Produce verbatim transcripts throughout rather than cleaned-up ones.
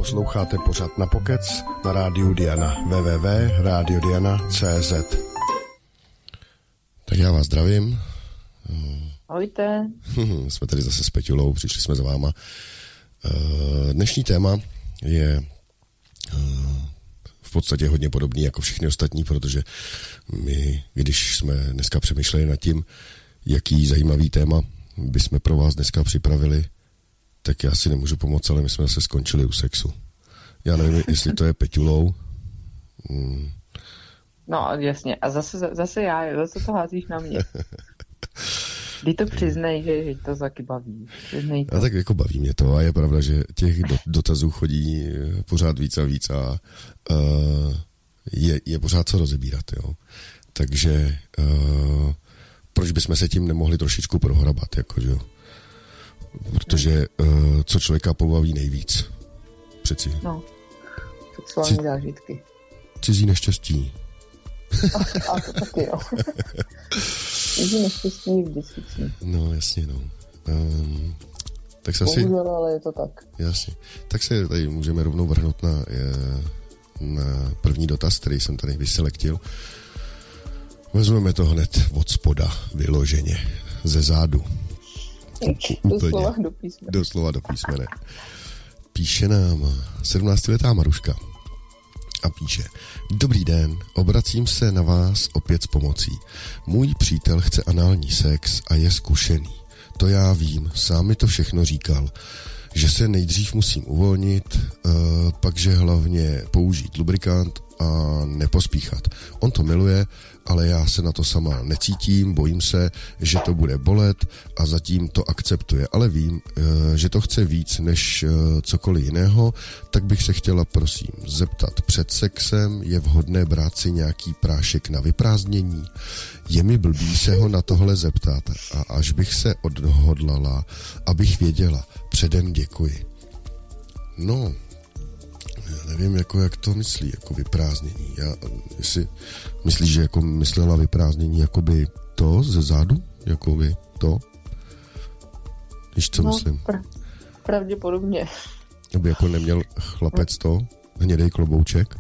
Posloucháte pořad Na pokec na rádiu Diana. w w w tečka radio diana tečka c z. Tak já vás zdravím. Ahojte. Jsme tady zase s Peťulou, přišli jsme za váma. Dnešní téma je v podstatě hodně podobný jako všechny ostatní, protože my, když jsme dneska přemýšleli nad tím, jaký zajímavý téma bychom pro vás dneska připravili, tak já si nemůžu pomoct, ale my jsme zase skončili u sexu. Já nevím, jestli to je Peťulou. Hmm. No, jasně. A zase, zase já, zase to házíš na mě. Kdy to přiznej, že, že to taky baví. Přiznej to. A tak jako baví mě to a je pravda, že těch dotazů chodí pořád víc a víc a uh, je, je pořád co rozebírat, jo. Takže uh, proč bychom se tím nemohli trošičku prohrabat, jako, že jo. Protože uh, co člověka pobaví nejvíc? Přeci. No, sexuální Ci, zážitky. Cizí neštěstí. A, a to taky, jo. Cizí neštěstí je vždycky. No, jasně, no. Um, tak se Bohužel, asi... ale je to tak. Jasně. Tak se tady můžeme rovnou vrhnout na, na první dotaz, který jsem tady vyselektil. Vezmeme to hned od spoda, vyloženě, ze zádu. Doslova do písmene. Doslova do písmene. Píše nám sedmnáctiletá Maruška a píše: Dobrý den, obracím se na vás opět s pomocí. Můj přítel chce anální sex a je zkušený. To já vím, sám mi to všechno říkal. Že se nejdřív musím uvolnit, uh, pak že hlavně použít lubrikant a nepospíchat. On to miluje, ale já se na to sama necítím, bojím se, že to bude bolet a zatím to akceptuje. Ale vím, že to chce víc než cokoliv jiného, tak bych se chtěla prosím zeptat, před sexem je vhodné brát si nějaký prášek na vyprázdnění? Je mi blbý se ho na tohle zeptat a až bych se odhodlala, abych věděla, předem děkuji. No... Já nevím, jako jak to myslí, jako vyprázdnění. Já, jestli myslíš, že jako myslela vyprázdnění jakoby to ze zádu? Jakoby to? Víš, co no, myslím? Pr- pravděpodobně. Aby jako neměl chlapec to, hnědej klobouček?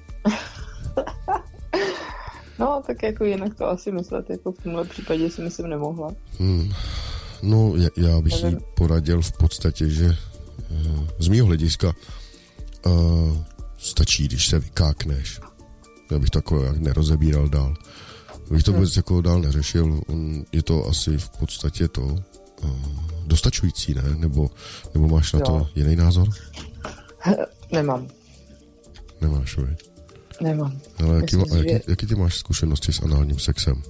No, tak jako jinak to asi myslet, jako v tomhle případě si myslím nemohla. Hmm. No, já, já bych jí poradil v podstatě, že z mýho hlediska Uh, stačí, když se vykákneš. Já bych to jako jak nerozebíral dál. Bych to vůbec hmm. jako dál neřešil. On, je to asi v podstatě to uh, dostačující, ne? Nebo, nebo máš na jo. to jiný názor? Nemám. Nemáš, vej? Nemám. Ale jaký, Myslím, a jaký, že... jaký ty máš zkušenosti s análním sexem?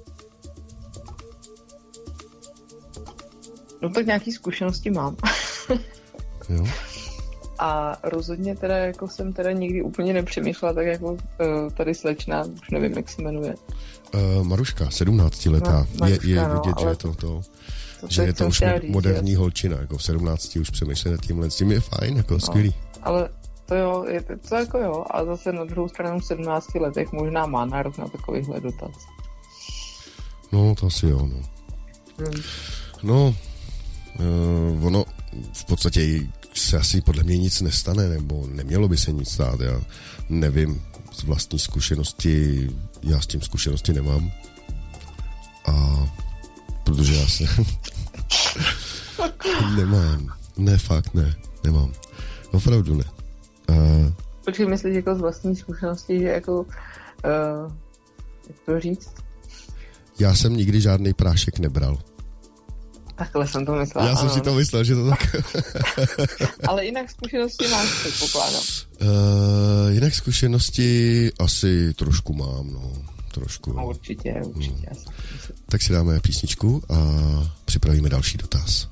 No tak nějaký zkušenosti mám. Jo? A rozhodně teda jako jsem teda nikdy úplně nepřemýšlela, tak jako uh, tady slečna, už nevím, jak se jmenuje. Uh, Maruška, sedmnáctiletá. No, je, je no, vidět, že je to, to, to že je to už říct, moderní holčina, jako v sedmnácti už přemýšlí nad tímhle. S tím je fajn, jako no, skvělý. Ale to jo, je to, to jako jo, a zase na druhou stranu v sedmnácti letech možná má nárok na takovýhle dotaz. No, to asi jo, no. Hmm. No, uh, ono v podstatě se asi podle mě nic nestane, nebo nemělo by se nic stát, já nevím, z vlastní zkušenosti, já s tím zkušenosti nemám. A protože já se nemám, ne, fakt ne, nemám. Opravdu ne. A... Počkej, myslíš jako z vlastní zkušenosti, že jako, uh, jak to říct? Já jsem nikdy žádný prášek nebral. Takhle jsem to myslela. Já jsem ano. si to myslel, že to tak... Ale jinak zkušenosti máš, předpokládám. Uh, jinak zkušenosti asi trošku mám, no. Trošku. No, určitě, určitě. No. Tak si dáme písničku a připravíme další dotaz.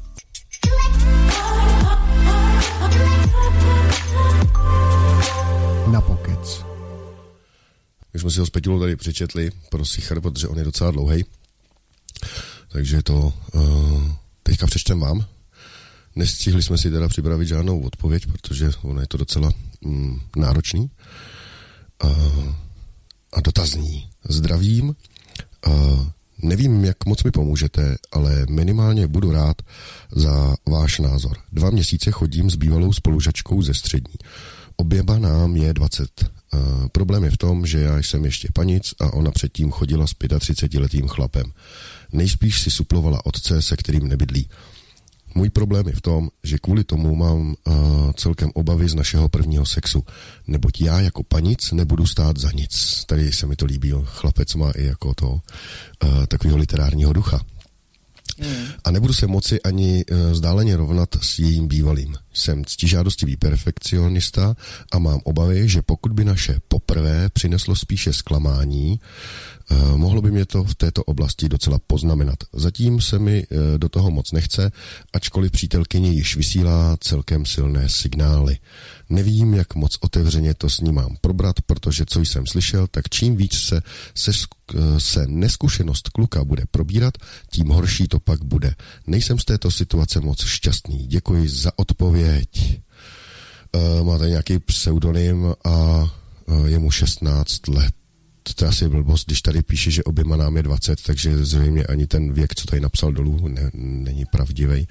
Na pokec. Už jsme si ho s Peťulou tady přečetli pro Sichar, protože on je docela dlouhej. Takže to uh, teďka přečtem vám. Nestihli jsme si teda připravit žádnou odpověď, protože ono je to docela mm, náročný. Uh, a dotazní. Zdravím. Uh, Nevím, jak moc mi pomůžete, ale minimálně budu rád za váš názor. Dva měsíce chodím s bývalou spolužačkou ze střední. Oběma nám je dvacet. Uh, problém je v tom, že já jsem ještě panic a ona předtím chodila s třicetiletým chlapem. Nejspíš si suplovala otce, se kterým nebydlí. Můj problém je v tom, že kvůli tomu mám uh, celkem obavy z našeho prvního sexu. Neboť já jako panic nebudu stát za nic. Tady se mi to líbí, chlapec má i jako to uh, takového literárního ducha. Hmm. A nebudu se moci ani uh, vzdáleně rovnat s jejím bývalým. Jsem ctižádostivý perfekcionista a mám obavy, že pokud by naše poprvé přineslo spíše zklamání, uh, mohlo by mě to v této oblasti docela poznamenat. Zatím se mi uh, do toho moc nechce, ačkoliv přítelkyně již vysílá celkem silné signály. Nevím, jak moc otevřeně to s ní mám probrat, protože co jsem slyšel, tak čím víc se, se, se neskušenost kluka bude probírat, tím horší to pak bude. Nejsem z této situace moc šťastný. Děkuji za odpověď. Uh, máte nějaký pseudonym a uh, je mu šestnáct let. To je asi blbost, když tady píše, že oběma nám je dvacet, takže zřejmě ani ten věk, co tady napsal dolů, ne, není pravdivý.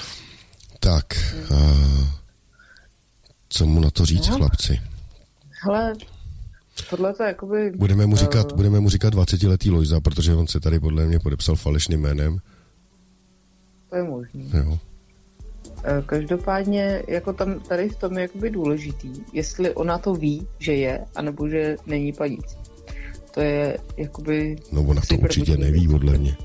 Tak... Uh, Co mu na to říct, no. Chlapci? Hele, podle to jakoby... Budeme mu říkat, uh, budeme mu říkat dvacetiletý Lojza, protože on se tady podle mě podepsal falešným jménem. To je možný. Jo. Každopádně, jako tam, tady v tom je jakoby důležitý, jestli ona to ví, že je, anebo že není panic. To je jakoby... No ona to určitě neví, podle mě.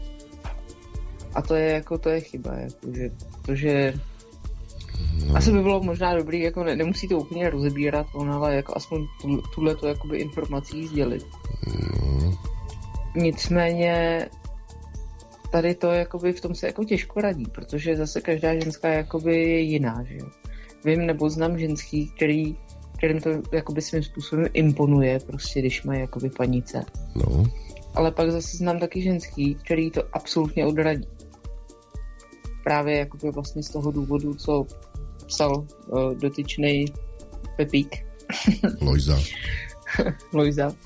A to je jako, to je chyba, jako, že, protože... No. Asi by bylo možná dobrý, jako ne, nemusí to úplně rozebírat, on, ale jako aspoň tuhleto jakoby informací sdělit. No. Nicméně tady to jakoby v tom se jako těžko radí, protože zase každá ženská jakoby je jiná, že jo. Vím nebo znám ženský, který, kterým to jakoby svým způsobem imponuje, prostě když mají jakoby panice. No. Ale pak zase znám taky ženský, který to absolutně odradí. Právě jakoby vlastně z toho důvodu, co psal uh, dotyčnej Pepík. Lojza. Lojza. Uh,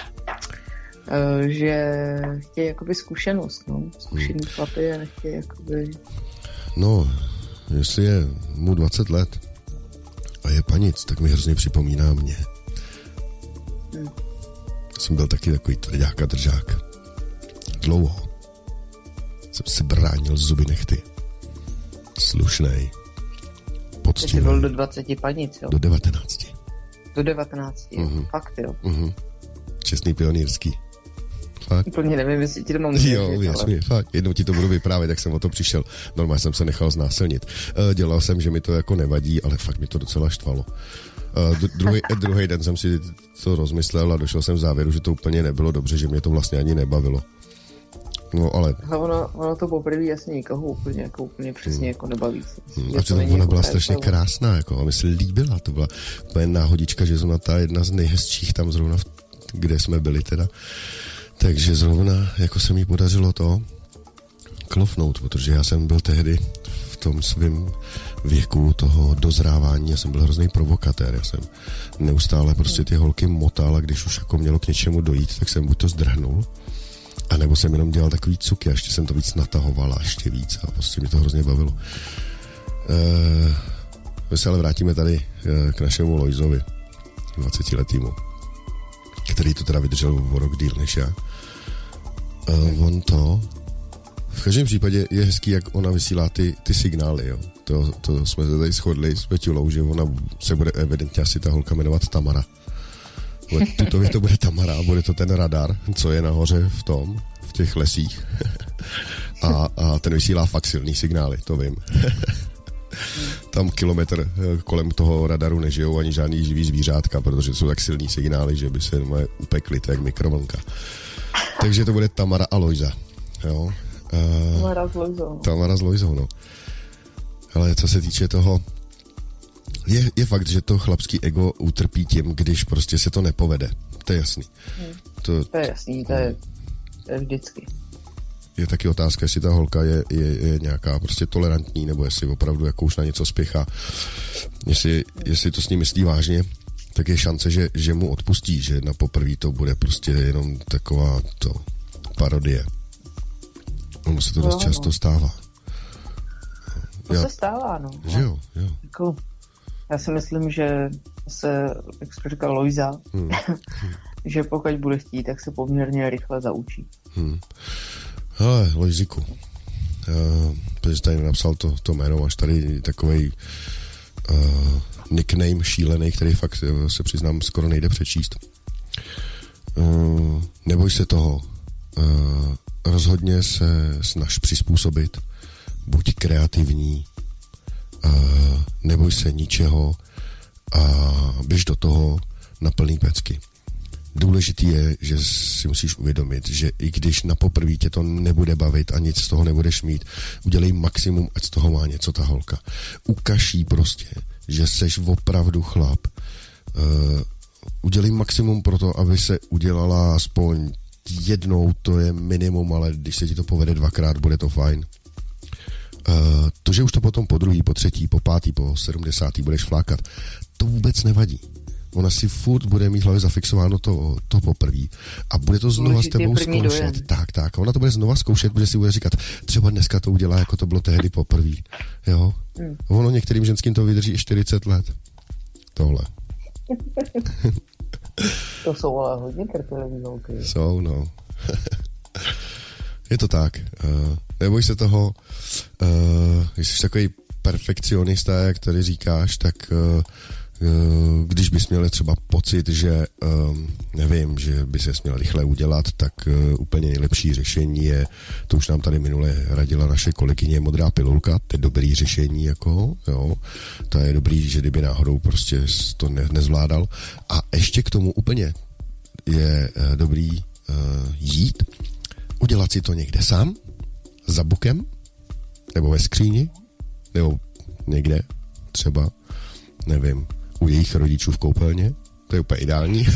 že chtějí jakoby zkušenost, no. Zkušený hmm. chlapy a nechtějí jakoby... No, jestli je mu dvacet let a je panic, tak mi hrozně připomíná mě. Hmm. Jsem byl taky takový tvrdák a držák. Dlouho jsem si bránil zuby nechty. Slušnej. Poctivý. Jsi byl do dvaceti panic, jo? Do devatenácti. Do devatenácti, mm-hmm. Fakt, jo? Mm-hmm. Čestný pionýrský. Fakt. Úplně nevím, jestli ti to mám Jo, věř ale... mi, fakt. Jednou ti to budu vyprávět, jak jsem o to přišel. Normálně jsem se nechal znásilnit. Uh, dělal jsem, že mi to jako nevadí, ale fakt mi to docela štvalo. Uh, druhý, druhý den jsem si to rozmyslel a došel jsem v závěru, že to úplně nebylo dobře, že mě to vlastně ani nebavilo. No, ale... A ono, ono to poprvé jasně nikoho úplně, jako úplně přesně hmm. jako nebaví. Hmm. A to ona jako byla strašně krásná, jako, a mi se líbila, to byla úplně náhodička, že zrovna ta jedna z nejhezčích tam zrovna, v, kde jsme byli teda. Takže zrovna, jako se mi podařilo to klofnout, protože já jsem byl tehdy v tom svém věku toho dozrávání, já jsem byl hrozný provokatér, já jsem neustále prostě ty holky motal a když už jako mělo k něčemu dojít, tak jsem buď to zdrhnul, a nebo jsem jenom dělal takový cuky a ještě jsem to víc natahoval a ještě víc a prostě mi to hrozně bavilo. Uh, my se ale vrátíme tady uh, k našemu Lojzovi, dvacetiletýmu, který to teda vydržel o rok díl než já. Uh, on to v každém případě je hezký, jak ona vysílá ty, ty signály, jo. To, to jsme se tady shodli s Peťulou, že ona se bude evidentně asi ta holka jmenovat Tamara. Tutově to bude Tamara, bude to ten radar, co je nahoře v tom, v těch lesích. A, a ten vysílá fakt silný signály, to vím. Tam kilometr kolem toho radaru nežijou ani žádný živý zvířátka, protože jsou tak silný signály, že by se upekli, to jak mikrovlnka. Takže to bude Tamara a Lojza. Jo? Uh, Tamara s Lojzou. Tamara s Lojzou, no. Ale co se týče toho, je, je fakt, že to chlapský ego utrpí tím, když prostě se to nepovede. To je jasný. Hmm. To, to je jasný, to je, to je vždycky. Je taky otázka, jestli ta holka je, je, je nějaká prostě tolerantní, nebo jestli opravdu jako už na něco spěchá. Jestli, jestli to s ním myslí vážně, tak je šance, že, že mu odpustí, že na poprví to bude prostě jenom taková to parodie. Ono se to dost no, často no. stává. To já... se stává, no. Že jo, jo. Jako, já si myslím, že se, jak jsi říkal Lojza, hmm. že pokud bude chtít, tak se poměrně rychle zaučí. Hmm. Hele, Lojziku, uh, protože tady napsal to, to jméno, máš tady takovej uh, nickname šílený, který fakt uh, se přiznám skoro nejde přečíst. Uh, neboj se toho. Uh, rozhodně se snaž přizpůsobit. Buď kreativní. Uh, neboj se ničeho a běž do toho na plný pecky. Důležitý je, že si musíš uvědomit, že i když na poprví tě to nebude bavit a nic z toho nebudeš mít, udělej maximum, ať z toho má něco ta holka. Ukaž jí prostě, že seš opravdu chlap. Uh, udělej maximum pro to, aby se udělala aspoň jednou, to je minimum, ale když se ti to povede dvakrát, bude to fajn. Uh, to, že už to potom po druhý, po třetí, po pátý, po sedmdesátý budeš flákat, to vůbec nevadí. Ona si furt bude mít hlavě zafixováno to, to poprví a bude to znova s tebou zkoušet. Dojem. Tak, tak. Ona to bude znova zkoušet, protože si bude říkat, třeba dneska to udělá, jako to bylo tehdy poprví. Jo? Hmm. Ono některým ženským to vydrží i čtyřicet let. Tohle. To jsou ale hodně trpělivý holky. Jsou, no. Je to tak. Uh, neboj se toho, uh, když jsi takový perfekcionista, jak tady říkáš, tak uh, když bys měl třeba pocit, že um, nevím, že by se měl rychle udělat, tak uh, úplně nejlepší řešení je, to už nám tady minule radila naše kolegyně Modrá pilulka, to je dobrý řešení, jako, jo, to je dobrý, že kdyby náhodou prostě to ne, nezvládal. A ještě k tomu úplně je uh, dobrý uh, jít, udělat si to někde sám, za bukem, nebo ve skříni, nebo někde, třeba, nevím, u jejich rodičů v koupelně. To je úplně ideální.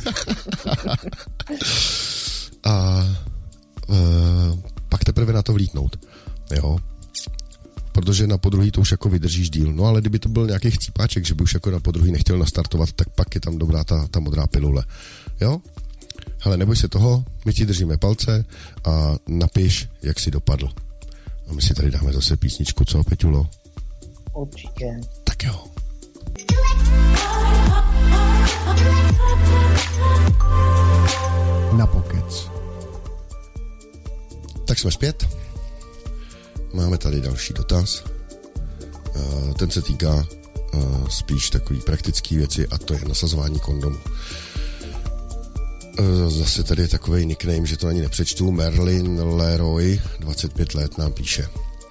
A e, pak teprve na to vlítnout. Jo. Protože na podruhý to už jako vydržíš díl. No ale kdyby to byl nějaký chcípáček, že by už jako na podruhý nechtěl nastartovat, tak pak je tam dobrá ta, ta modrá pilule. Jo? Hele, neboj se toho, my ti držíme palce a napiš, jak si dopadl. A my si tady dáme zase písničku, co, Peťulo? Určitě. Tak jo. Na pokec. Tak jsme zpět. Máme tady další dotaz. Ten se týká spíš takový praktický věci a to je nasazování kondomu. Zase tady je takovej nickname, že to ani nepřečtu. Merlin Leroy, dvacet pět let, nám píše.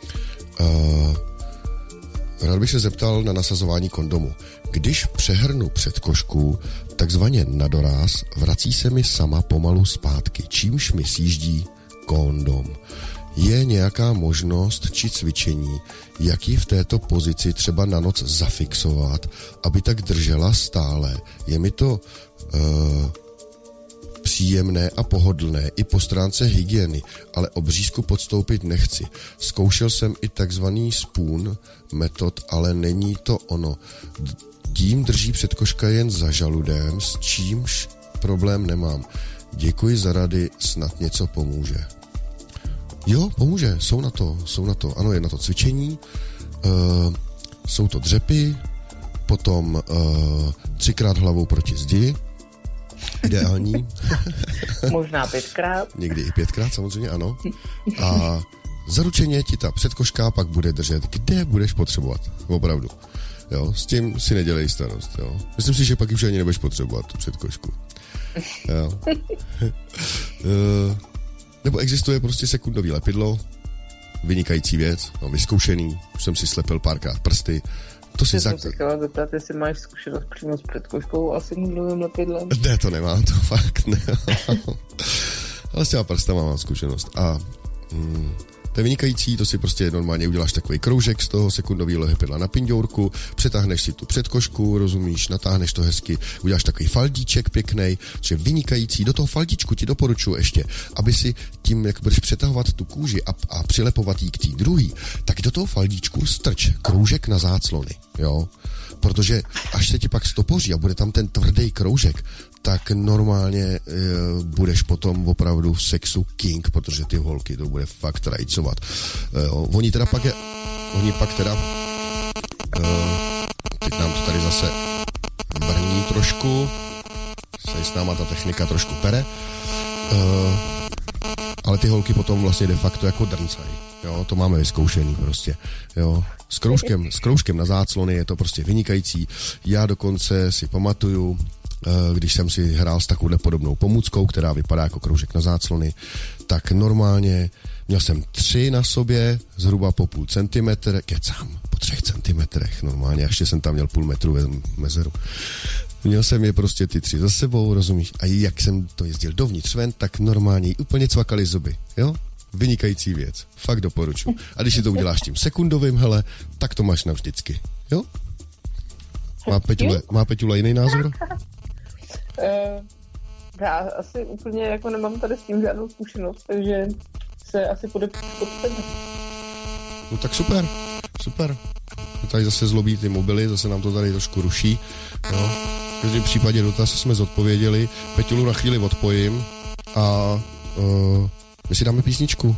Rád bych se zeptal na nasazování kondomu. Když přehrnu předkošku, takzvaně na doráz, vrací se mi sama pomalu zpátky, čímž mi sjíždí kondom. Je nějaká možnost či cvičení, jak ji v této pozici třeba na noc zafixovat, aby tak držela stále? Je mi to uh, příjemné a pohodlné i po stránce hygieny, ale obřízku podstoupit nechci. Zkoušel jsem i takzvaný spoon metod, ale není to ono. Tím drží předkoška jen za žaludem, s čímž problém nemám. Děkuji za rady, snad něco pomůže. Jo, pomůže, jsou na to, jsou na to. Ano, je na to cvičení, uh, jsou to dřepy, potom uh, třikrát hlavou proti zdi, ideální. Možná pětkrát. Někdy i pětkrát, samozřejmě, ano. A zaručeně ti ta předkoška pak bude držet, kde budeš potřebovat, opravdu. Jo, s tím si nedělej starost, jo. Myslím si, že pak už ani nebudeš potřebovat tu předkošku. Jo. uh, nebo existuje prostě sekundový lepidlo, vynikající věc, mám vyzkoušený, už jsem si slepil párkrát prsty. To si zak... jsem se chtěla zeptat, jestli máš zkušenost přímo s předkoškou a sekundovým lepidlem. Ne, to nemám, to fakt nemám. Ale s těma prstama mám zkušenost. A mm, to je vynikající, to si prostě normálně uděláš takový kroužek z toho sekundového lepidla na pindourku, přetáhneš si tu předkošku, rozumíš, natáhneš to hezky, uděláš takový faldíček pěknej, což je vynikající. Do toho faldíčku ti doporučuji ještě, aby si tím, jak budeš přetahovat tu kůži a, a přilepovat jí k té druhý, tak do toho faldíčku strč kroužek na záclony, jo. Protože až se ti pak stopoří a bude tam ten tvrdý kroužek, tak normálně e, budeš potom opravdu v sexu king, protože ty holky to bude fakt rajcovat. E, oni teda pak je, oni pak teda e, teď nám to tady zase brní trošku, se s náma ta technika trošku pere, e, ale ty holky potom vlastně de facto jako drncají. Jo, to máme vyzkoušený prostě. Jo, s kroužkem, s kroužkem na záclony je to prostě vynikající. Já dokonce si pamatuju, když jsem si hrál s takovou podobnou pomůckou, která vypadá jako kroužek na záclony, tak normálně měl jsem tři na sobě, zhruba po půl centimetr, kecám, po třech centimetrech normálně, ještě jsem tam měl půl metru mezeru. Měl jsem je prostě ty tři za sebou, rozumíš? A jak jsem to jezdil dovnitř ven, tak normálně úplně cvakaly zuby, jo? Vynikající věc, fakt doporučuji. A když si to uděláš tím sekundovým, hele, tak to máš navždycky, jo? Má Peťule, má Peťula jiný názor? Uh, já asi úplně jako nemám tady s tím žádnou zkušenost, takže se asi podepíšu pod tebe. No tak super, super. Tady zase zlobí ty mobily, zase nám to tady trošku ruší. Jo. V každém případě dotaz jsme zodpověděli. Peťulu na chvíli odpojím a uh, my si dáme písničku.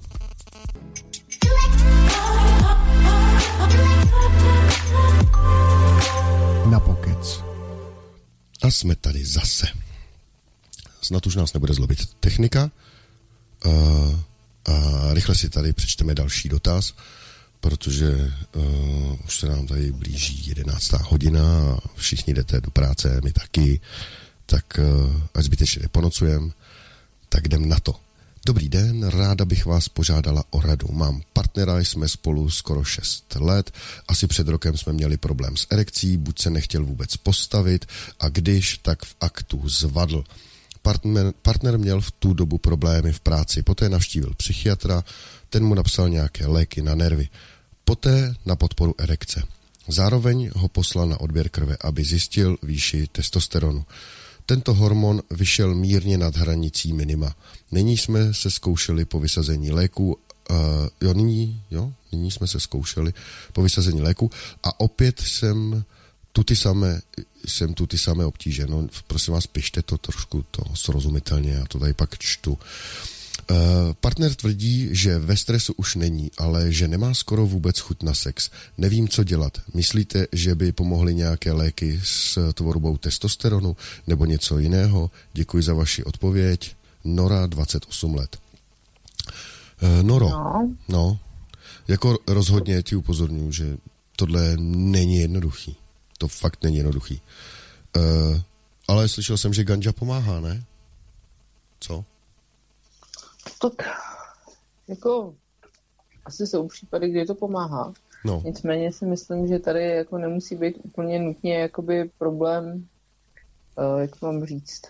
Na pokec. A jsme tady zase. Snad už nás nebude zlobit technika. Uh, a rychle si tady přečteme další dotaz, protože uh, už se nám tady blíží jedenáctá hodina a všichni jdete do práce, my taky, tak uh, až zbytečně neponocujeme, tak jdem na to. Dobrý den, ráda bych vás požádala o radu. Mám partnera, jsme spolu skoro šest let. Asi před rokem jsme měli problém s erekcí, buď se nechtěl vůbec postavit a když, tak v aktu zvadl. Partner, partner měl v tu dobu problémy v práci, poté navštívil psychiatra, ten mu napsal nějaké léky na nervy. Poté na podporu erekce. Zároveň ho poslal na odběr krve, aby zjistil výši testosteronu. Tento hormon vyšel mírně nad hranicí minima. Nyní jsme se zkoušeli po vysazení léku, uh, jo, nyní, jo, nyní jsme se zkoušeli po vysazení léku a opět jsem tu ty samé, jsem tu ty samé obtíže. No, prosím vás, pište to trošku to srozumitelně, já to tady pak čtu. Uh, partner tvrdí, že ve stresu už není, ale že nemá skoro vůbec chuť na sex. Nevím, co dělat. Myslíte, že by pomohly nějaké léky s tvorbou testosteronu nebo něco jiného? Děkuji za vaši odpověď. Nora, dvacet osm let. Uh, Noro, no. no, jako rozhodně ti upozorňuji, že tohle není jednoduchý. To fakt není jednoduchý. Uh, ale slyšel jsem, že ganja pomáhá, ne? Co? Tak, jako, asi jsou případy, kdy to pomáhá. No. Nicméně si myslím, že tady jako nemusí být úplně nutně jakoby problém, uh, jak to mám říct.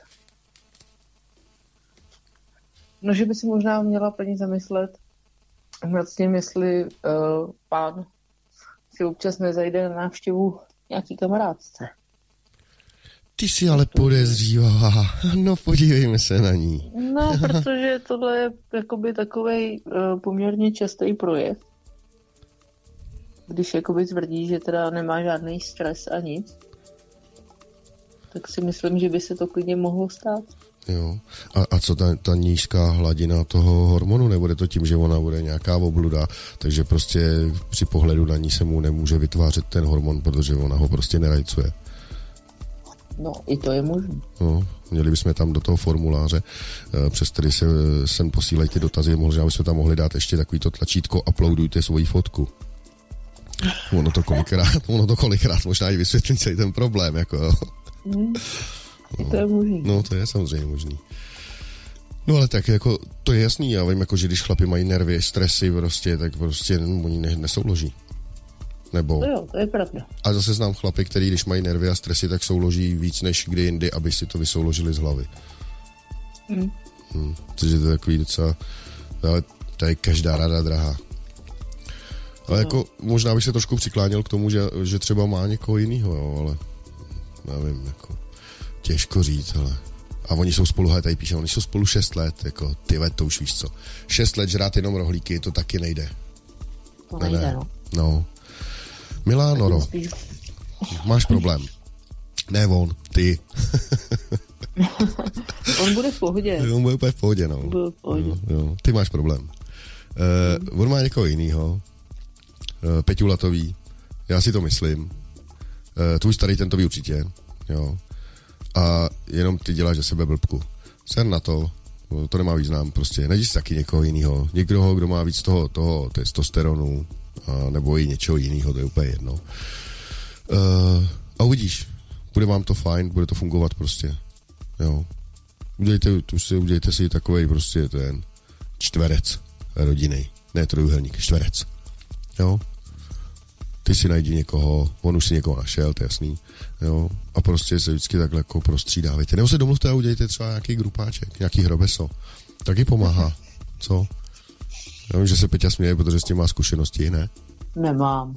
No, že by si možná měla plně zamyslet nad tím, jestli uh, pán si občas nezajde na návštěvu nějaký kamarádce. Ty jsi ale podezřívá. No, podívejme se na ní. No, protože tohle je jakoby takovej uh, poměrně častý projev. Když jakoby tvrdí, že teda nemá žádný stres a nic, tak si myslím, že by se to klidně mohlo stát. Jo. A, a co ta, ta nízká hladina toho hormonu? Nebude to tím, že ona bude nějaká obluda, takže prostě při pohledu na ní se mu nemůže vytvářet ten hormon, protože ona ho prostě nerajcuje. No, i to je možné. No, měli bychom tam do toho formuláře, přes který se sem posílají ty dotazy, možná bychom tam mohli dát ještě takový to tlačítko, uploadujte svoji fotku. Ono to kolikrát, ono to kolikrát možná i vysvětlí celý ten problém, jako jo. Mm, no, to je možný. No, to je samozřejmě možný. No ale tak jako, to je jasný, já vím, jako, že když chlapi mají nervy, stresy prostě, tak prostě oni ne, nesouloží. Nebo... To jo, to je pravda. A zase znám chlapy, který když mají nervy a stresy, tak souloží víc než kdy jindy, aby si to vysouložili z hlavy. Mm. Hmm. Takže to je takový docela, ale to je každá rada drahá. Ale no. Jako možná bych se trošku přikláněl k tomu, že, že třeba má někoho jinýho, jo, ale nevím, jako těžko říct, ale a oni jsou spolu, hele, tady píše, oni jsou spolu šest let, jako ty ve, to už víš co. Šest let žrát jenom rohlíky, to taky nejde. To nejde, ne, ne. no. No. Milá Noro, máš problém. Ne on, ty. On bude v pohodě. On bude úplně v pohodě, no. Bude v pohodě. Jo, jo. Ty máš problém. Uh, on má někoho jinýho. Uh, Peťu Latový. Já si to myslím. Uh, tvůj starý ten to ví určitě. Jo. A jenom ty děláš ze sebe blbku. Ser na to, to nemá význam. Prostě najdi si taky někoho jinýho. Někoho, kdo má víc toho, toho testosteronu, a nebo i něčeho jiného, to je úplně jedno. Uh, a uvidíš. Bude vám to fajn, bude to fungovat prostě. Jo. Udělejte, tu si, udělejte si takovej prostě ten čtverec rodinný. Ne trojuhelník, čtverec. Jo. Ty si najdi někoho, on už si někoho našel, to je jasný. Jo. A prostě se vždycky takhle jako prostřídávejte. Nebo se domluvte a udělejte třeba nějaký grupáček, nějaký hrobeso. Taky pomáhá. Co? Já vím, že se Peťa směje, protože s tím má zkušenosti, ne? Nemám.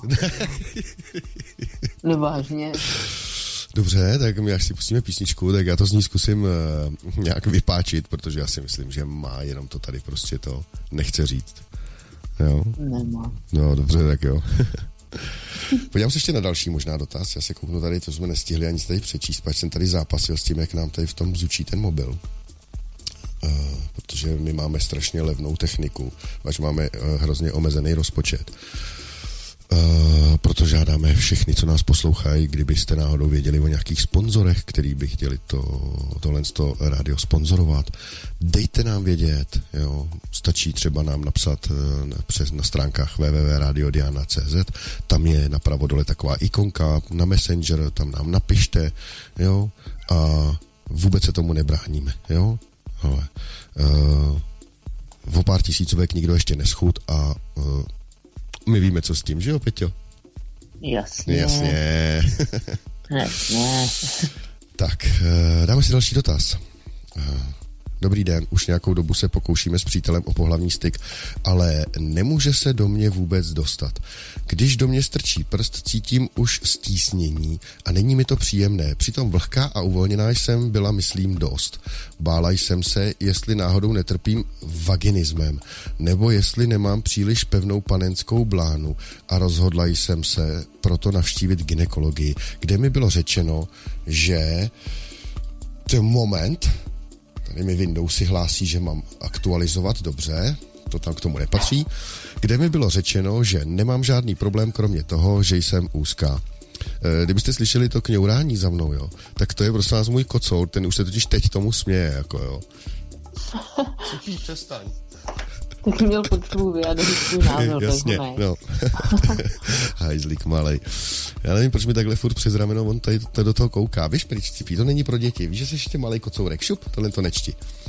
Nevážně. Dobře, tak my až si pustíme písničku, tak já to z ní zkusím uh, nějak vypáčit, protože já si myslím, že má, jenom to tady prostě to nechce říct. Jo? Nemá. No, dobře, tak jo. Podívám se ještě na další možná dotaz. Já se kouknu tady, to jsme nestihli ani se tady přečíst, protože jsem tady zápasil s tím, jak nám tady v tom zučí ten mobil. Uh, protože my máme strašně levnou techniku, až máme uh, hrozně omezený rozpočet. Uh, proto žádáme všechny, co nás poslouchají, kdybyste náhodou věděli o nějakých sponzorech, který by chtěli to, tohle to rádio sponzorovat. Dejte nám vědět, jo. Stačí třeba nám napsat uh, přes, na stránkách w w w tečka radio diana tečka c z, tam je napravo dole taková ikonka na Messenger, tam nám napište, jo, a vůbec se tomu nebráníme, jo. Ale uh, o pár tisícovek nikdo ještě neschud a uh, my víme, co s tím, že jo, Peťo? Jasně. Jasně. Jasně. Tak, dáme si další dotaz. Dobrý den, už nějakou dobu se pokoušíme s přítelem o pohlavní styk, ale nemůže se do mě vůbec dostat. Když do mě strčí prst, cítím už stísnění a není mi to příjemné. Přitom vlhká a uvolněná jsem byla, myslím, dost. Bála jsem se, jestli náhodou netrpím vaginismem, nebo jestli nemám příliš pevnou panenskou blánu a rozhodla jsem se proto navštívit gynekologii, kde mi bylo řečeno, že ten moment... Tady mi Windows si hlásí, že mám aktualizovat, dobře, to tam k tomu nepatří, kde mi bylo řečeno, že nemám žádný problém, kromě toho, že jsem úzká. E, kdybyste slyšeli to kňourání za mnou, jo, tak to je prostě nás můj kocour, ten už se totiž teď tomu směje, jako jo. Cipí, přestaň. Tak měl potřebu vyjádřit svůj názor. Jasně, no. Hajzlík malej. Já nevím, proč mi takhle furt přes rameno on tady to do toho kouká. Víš, pryč, Cipí, to není pro děti. Víš, že jsi ještě malej kocourek. Šup, tohle to nečti.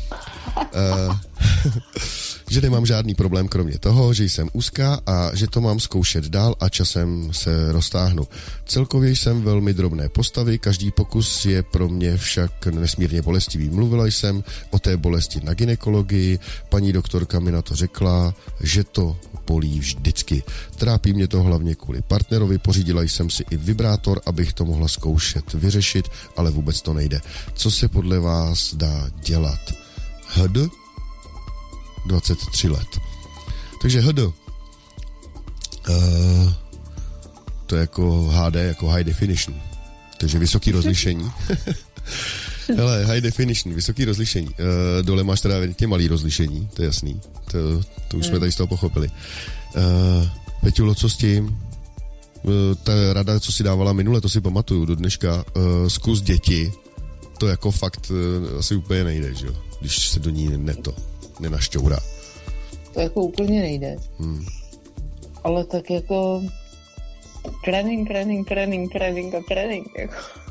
Uh, že nemám žádný problém kromě toho, že jsem úzká a že to mám zkoušet dál a časem se roztáhnu. Celkově jsem velmi drobné postavy, každý pokus je pro mě však nesmírně bolestivý. Mluvila jsem o té bolesti na gynekologii, paní doktorka mi na to řekla, že to bolí vždycky. Trápí mě to hlavně kvůli partnerovi, pořídila jsem si i vibrátor, abych to mohla zkoušet vyřešit, ale vůbec to nejde. Co se podle vás dá dělat? H D? dvacet tři let. Takže H D. Uh, to je jako H D, jako high definition. Takže vysoký rozlišení. Hele, high definition, vysoký rozlišení. Uh, dole máš teda evidentně malý rozlišení, to je jasný. To, to už jsme tady z toho pochopili. Uh, Peťulo, co s tím? Uh, ta rada, co si dávala minule, to si pamatuju do dneška. Uh, zkus děti. To jako fakt uh, asi úplně nejde, že jo? Když se do ní neto, nenašťourá. To jako úplně nejde. Hmm. Ale tak jako trénink, trénink, trénink, trénink a trénink. Jako.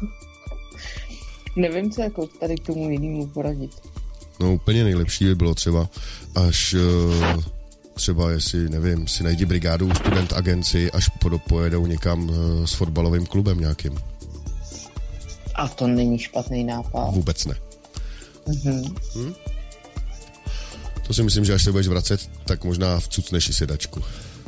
Nevím, co jako tady k tomu jinému poradit. No úplně nejlepší by bylo třeba, až uh, třeba, jestli, nevím, si najdi brigádu student agenci, až pojedou někam uh, s fotbalovým klubem nějakým. A to není špatný nápad. Vůbec ne. Mhm. Hm? To si myslím, že až se budeš vracet, tak možná vcucneš i sedačku.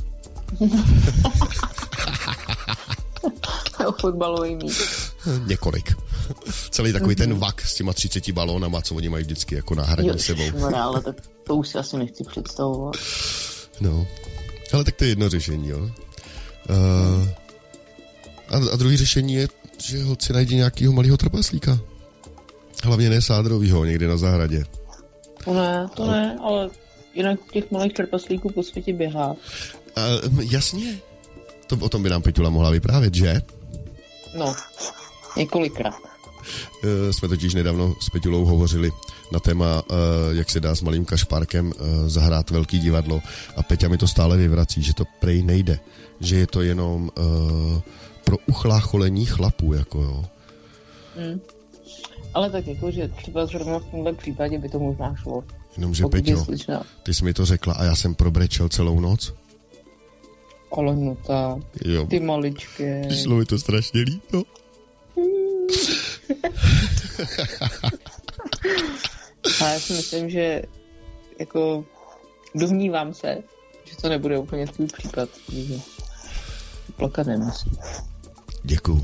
Fotbalový míč. Několik. Celý takový mm-hmm. ten vak s těma třiceti balónama, co oni mají vždycky jako náhradní sebou. Jo, ale tak to už si asi nechci představovat. No, ale tak to je jedno řešení, jo. Uh, a, a druhý řešení je, že holci najdi nějakýho malýho trpaslíka. Hlavně ne sádrovýho, někde na zahradě. To ne, to ale... ne, ale jinak těch malých trpaslíků po světě běhá. A, jasně. To, o tom by nám Peťula mohla vyprávět, že? No, několikrát. E, jsme totiž nedávno s Peťulou hovořili na téma, e, jak se dá s malým kašpárkem e, zahrát velký divadlo a Peťa mi to stále vyvrací, že to prej nejde. Že je to jenom e, pro uchlácholení chlapů, jako jo. Hmm. Ale tak jako, že třeba zrovna v tomhle případě by to možná šlo. Jenomže Peťo, ty jsi mi to řekla a já jsem probrečel celou noc. Ale no ta, jo. Ty maličké. Šlo mi to strašně líto. A já si myslím, že jako domnívám se, že to nebude úplně tvůj případ, že plakat nemusí. Děkuju.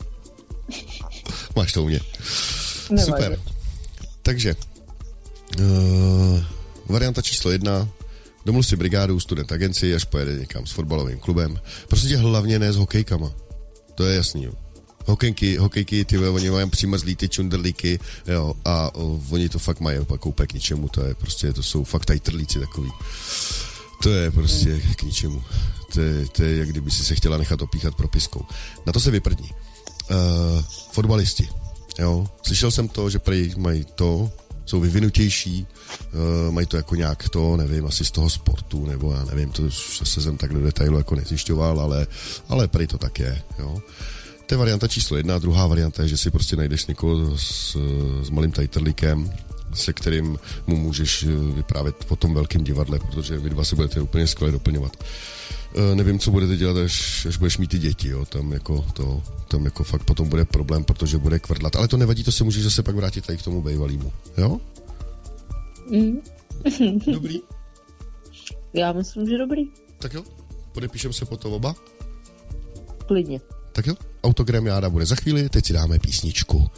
Máš to u mě. Nevadí. Super. Takže uh, varianta číslo jedna. Domluv si brigádu, student agenci, až pojede někam s fotbalovým klubem. Prostě hlavně ne s hokejkama. To je jasný, jo. Hokejky, hokejky, ty oni mají přimrzlý ty čunderlíky, jo, a o, oni to fakt mají opak k ničemu, to je prostě, to jsou fakt tajtrlíci takový. To je prostě hmm. k ničemu. To je, to je, jak kdyby si se chtěla nechat opíchat propiskou. Na to se vyprdní. Uh, fotbalisti, jo. Slyšel jsem to, že prej mají to, jsou vyvinutější, uh, mají to jako nějak to, nevím, asi z toho sportu, nebo já nevím, to už se jsem tak do detailu jako nezjišťoval, ale, ale prej to tak je, jo. To je varianta číslo jedna, druhá varianta je, že si prostě najdeš někoho s, s malým tajtrlíkem, se kterým mu můžeš vyprávět po tom velkém divadle, protože vy dva se budete úplně skvěle doplňovat. E, nevím, co budete dělat, až, až budeš mít ty děti, jo, tam jako to, tam jako fakt potom bude problém, protože bude kvrdlat, ale to nevadí, to se můžeš zase pak vrátit tady k tomu bejvalýmu, jo? Mm. Dobrý? Já myslím, že dobrý. Tak jo, podepíšem se po to oba? Klidně. Tak jo, autogramiáda bude za chvíli, teď si dáme písničku.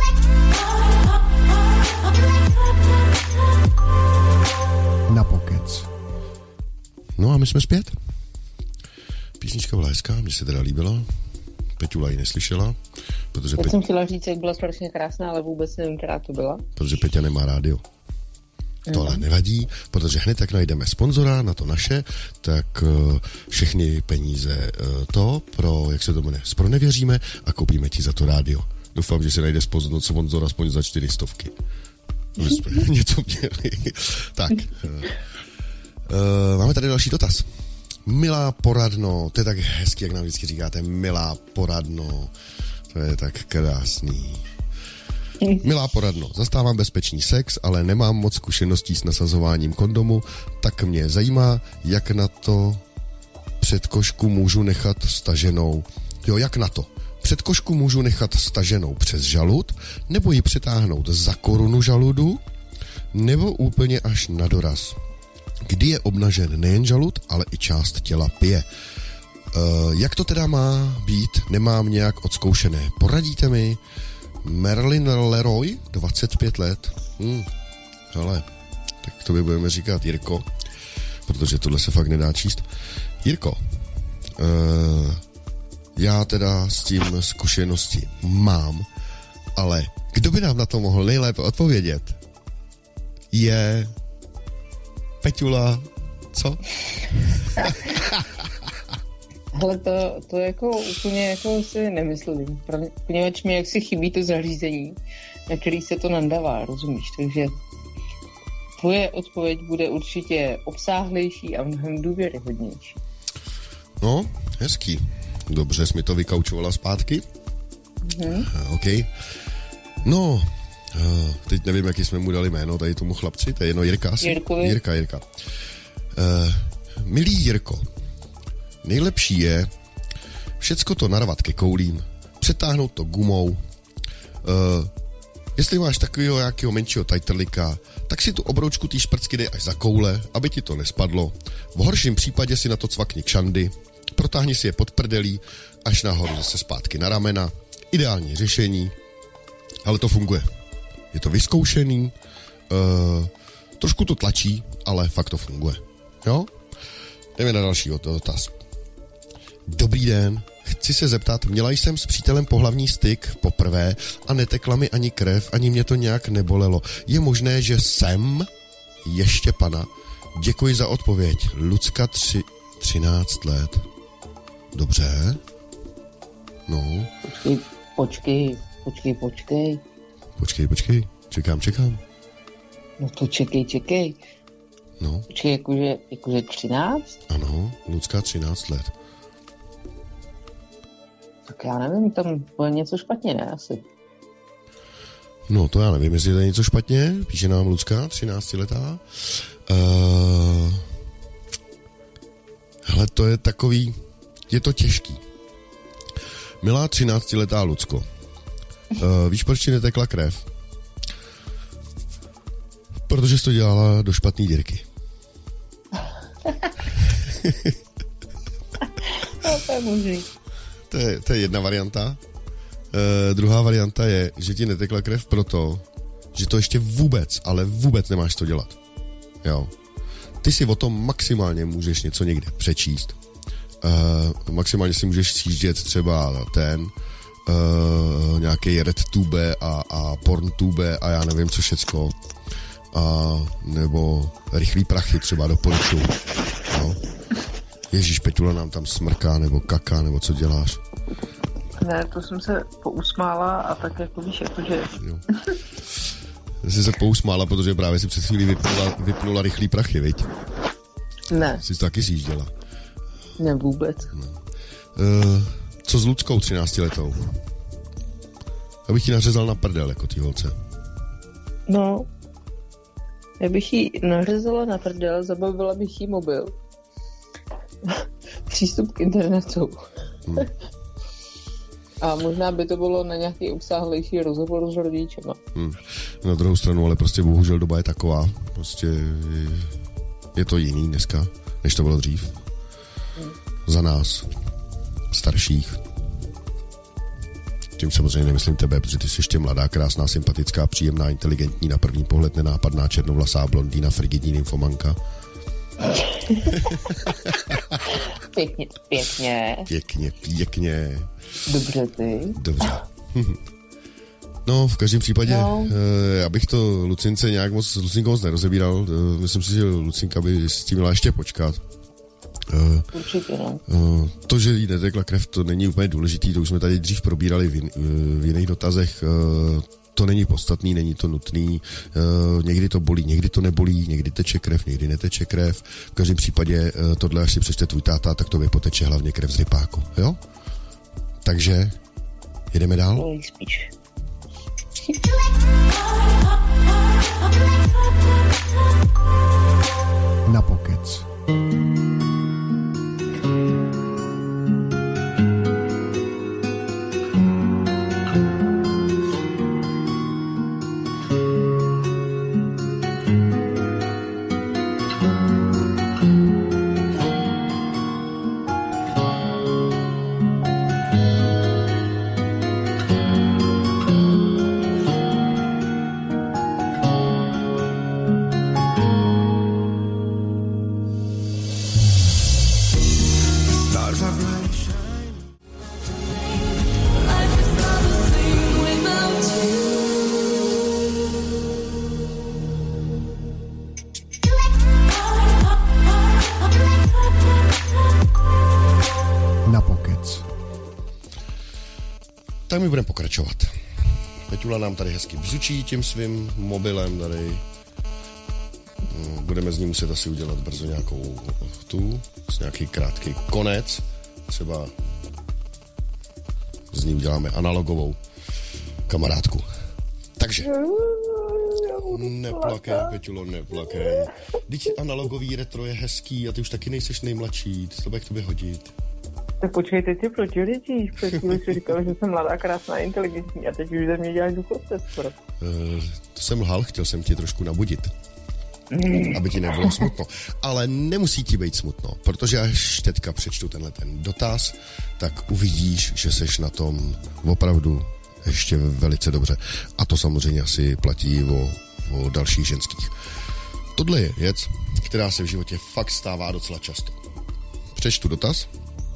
Na pokec. No a my jsme zpět. Písnička byla hezká, mně se teda líbila. Peťula ji neslyšela. Protože Já Pe... jsem chtěla říct, jak byla strašně krásná, ale vůbec nevím, která to byla. Protože Peťa nemá rádio. To ale nevadí, protože hned jak najdeme sponzora na to naše, tak uh, všechny peníze uh, to pro, jak se to jmenuje, zpronevěříme a koupíme ti za to rádio. Doufám, že se najde sponzor aspoň za čtyři stovky. My jsme něco měli. Tak. Uh, uh, máme tady další dotaz. Milá poradno, to je tak hezky, jak nám vždycky říkáte, milá poradno, to je tak krásný. Milá poradno, zastávám bezpečný sex, ale nemám moc zkušeností s nasazováním kondomu, tak mě zajímá, jak na to předkošku můžu nechat staženou. Jo, jak na to? Předkošku můžu nechat staženou přes žalud, nebo ji přitáhnout za korunu žaludu, nebo úplně až na doraz. Kdy je obnažen nejen žalud, ale i část těla pije. Uh, jak to teda má být? Nemám nějak odzkoušené. Poradíte mi? Marilyn Leroy, dvacet pět let. Hmm, hele, tak to by budeme říkat Jirko, protože tohle se fakt nedá číst. Jirko, uh, já teda s tím zkušenosti mám, ale kdo by nám na to mohl nejlépe odpovědět? Je Peťula, co? Ale to, to jako úplně jako si nemyslím, poněvadž mi jaksi chybí to zařízení, na který se to nandává, rozumíš? Takže tvoje odpověď bude určitě obsáhlejší a mnohem důvěryhodnější. No, hezký. Dobře, jsi mi to vykaučovala zpátky. Mhm. OK. No, teď nevím, jaký jsme mu dali jméno tady tomu chlapci, to je jedno Jirka asi? Jirkovi. Jirka, Jirka. Uh, milý Jirko, nejlepší je všecko to narvat ke koulím, přetáhnout to gumou. Uh, jestli máš takového nějakého menšího tajtrlika, tak si tu obroučku té šprcky dej až za koule, aby ti to nespadlo. V horším případě si na to cvakni kšandy, protáhni si je pod prdelí, až nahoru zase zpátky na ramena. Ideální řešení, ale to funguje. Je to vyzkoušený, uh, trošku to tlačí, ale fakt to funguje. Jo? Jdeme na další dotaz. Dobrý den, Chci se zeptat, měla jsem s přítelem pohlavní styk poprvé a netekla mi ani krev, ani mě to nějak nebolelo. Je možné, že jsem ještě pana? Děkuji za odpověď. Lucka, tři, třináct let. Dobře. No. Počkej, počkej, počkej, počkej. Počkej, počkej. Čekám, čekám. No to čekej, čekej. No. Počkej, jakože, jakože třináct? Ano, Lucka, třináct let. Tak já nevím, tam bylo něco špatně, ne? Asi. No, to já nevím, jestli je to něco špatně. Píše nám Lucka, třináctiletá. Uh, hele, to je takový... Je to těžký. Milá třináctiletá Lucko, uh, víš, proč ti netekla krev? Protože jsi to dělala do špatný dírky. No, to je možný. To je, to je jedna varianta. Uh, druhá varianta je, že ti netekla krev proto, že to ještě vůbec, ale vůbec nemáš to dělat. Jo. Ty si o tom maximálně můžeš něco někde přečíst. Uh, maximálně si můžeš sjíždět třeba ten uh, nějaký RedTube a, a PornTube a já nevím co všecko. A nebo rychlý prachy třeba do poličů. No. Ježíš, Peťula nám tam smrká nebo kaká, nebo co děláš? Ne, to jsem se pousmála a tak jako víš, jakože... Jo. Jsi se pousmála, protože právě si před chvílí vypnula, vypnula rychlý prachy, viď? Ne. Jsi to taky sjížděla. Ne, vůbec. No. Uh, co s Luckou třináctiletou? Abych ti nařezal na prdel, jako ty holce. No, já bych jí nařezala na prdel, zabavila bych jí mobil. Přístup k internetu. Hmm. A možná by to bylo na nějaký obsáhlejší rozhovor s rodičema. Hmm. Na druhou stranu, ale prostě bohužel doba je taková. Prostě je, je to jiný dneska, než to bylo dřív. Hmm. Za nás, starších. Tím samozřejmě nemyslím tebe, protože ty jsi ještě mladá, krásná, sympatická, příjemná, inteligentní, na první pohled nenápadná, černovlasá blondýna, frigidní nymfomanka. Pěkně, pěkně. Pěkně, pěkně. Dobře ty. Dobře. No, v každém případě, no. eh, já bych to Lucince nějak moc, s Lucinkou moc nerozebíral. Eh, myslím si, že Lucinka by s tím měla ještě počkat. Eh, Určitě, no. Eh, to, že jí netekla krev, to není úplně důležitý, to už jsme tady dřív probírali v, jin, v jiných dotazech. Eh, to není podstatný, není to nutný. Eh, někdy to bolí, někdy to nebolí, někdy teče krev, někdy neteče krev. V každém případě eh, tohle, až si přečte tvůj táta, tak to vypoteče hlavně krev z rypáku, jo? Takže jedeme dál? No, spíš. Na pokec. Tak my budeme pokračovat. Peťula nám tady hezky bzučí tím svým mobilem tady. Budeme z ní muset asi udělat brzo nějakou tu, nějaký krátký konec. Třeba z ní uděláme analogovou kamarádku. Takže neplakej, Peťulo, neplakej. Vždyť analogový retro je hezký a ty už taky nejseš nejmladší, to bude k tobě hodit. Tak počkej, teď si protiřečíš, před chvíli si říkal, že jsem mladá, krásná, inteligentní a teď už ze mě děláš důchodce skoro. Uh, to jsem lhal, chtěl jsem tě trošku nabudit, mm. aby ti nebylo smutno. Ale nemusí ti být smutno, protože až teďka přečtu tenhle ten dotaz, tak uvidíš, že seš na tom opravdu ještě velice dobře. A to samozřejmě asi platí o, o dalších ženských. Tohle je věc, která se v životě fakt stává docela často. Přečtu dotaz.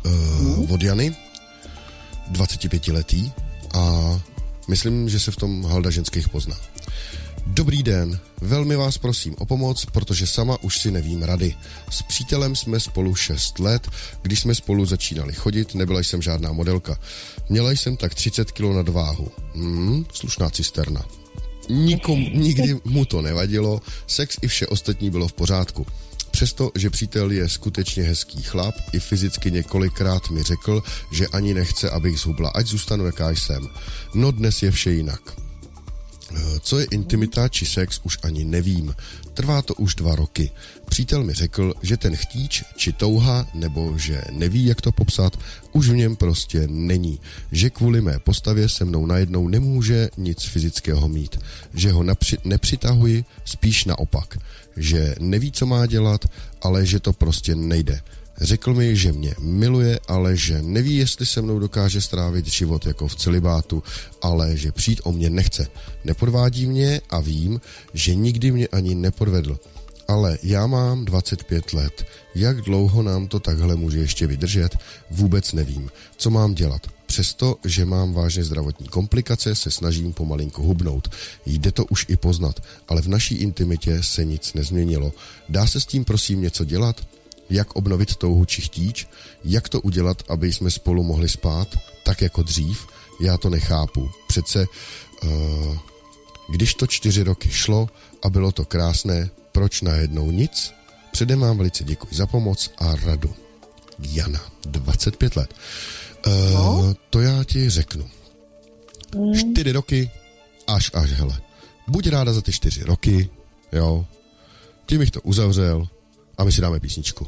uh, od Jany, dvacetipětiletý, a myslím, že se v tom halda ženských pozná. Dobrý den, velmi vás prosím o pomoc, protože sama už si nevím rady. S přítelem jsme spolu šest let, když jsme spolu začínali chodit, nebyla jsem žádná modelka. Měla jsem tak třicet kilo nadváhu. Hmm, slušná cisterna. Nikom, nikdy mu to nevadilo, sex i vše ostatní bylo v pořádku. Přesto, že přítel je skutečně hezký chlap, i fyzicky několikrát mi řekl, že ani nechce, abych zhubla, ať zůstanu, jaká jsem. No dnes je vše jinak. Co je intimita či sex, už ani nevím. Trvá to už dva roky. Přítel mi řekl, že ten chtíč či touha, nebo že neví, jak to popsat, už v něm prostě není. Že kvůli mé postavě se mnou najednou nemůže nic fyzického mít. Že ho napři- nepřitahuji, spíš naopak. Že neví, co má dělat, ale že to prostě nejde. Řekl mi, že mě miluje, ale že neví, jestli se mnou dokáže strávit život jako v celibátu, ale že přijít o mě nechce. Nepodvádí mě a vím, že nikdy mě ani nepodvedl. Ale já mám dvacet pět let. Jak dlouho nám to takhle může ještě vydržet? Vůbec nevím. Co mám dělat? Přesto, že mám vážně zdravotní komplikace, se snažím pomalinku hubnout. Jde to už i poznat, ale v naší intimitě se nic nezměnilo. Dá se s tím prosím něco dělat? Jak obnovit touhu či chtíč? Jak to udělat, aby jsme spolu mohli spát? Tak jako dřív? Já to nechápu. Přece, uh, když to čtyři roky šlo a bylo to krásné, proč najednou nic? Předem vám velice děkuji za pomoc a radu. Jana, dvacet pět let. Uh, no? To já ti řeknu. Mm. Čtyři roky, až až, hele. Buď ráda za ty čtyři roky, jo. Tím bych to uzavřel a my si dáme písničku.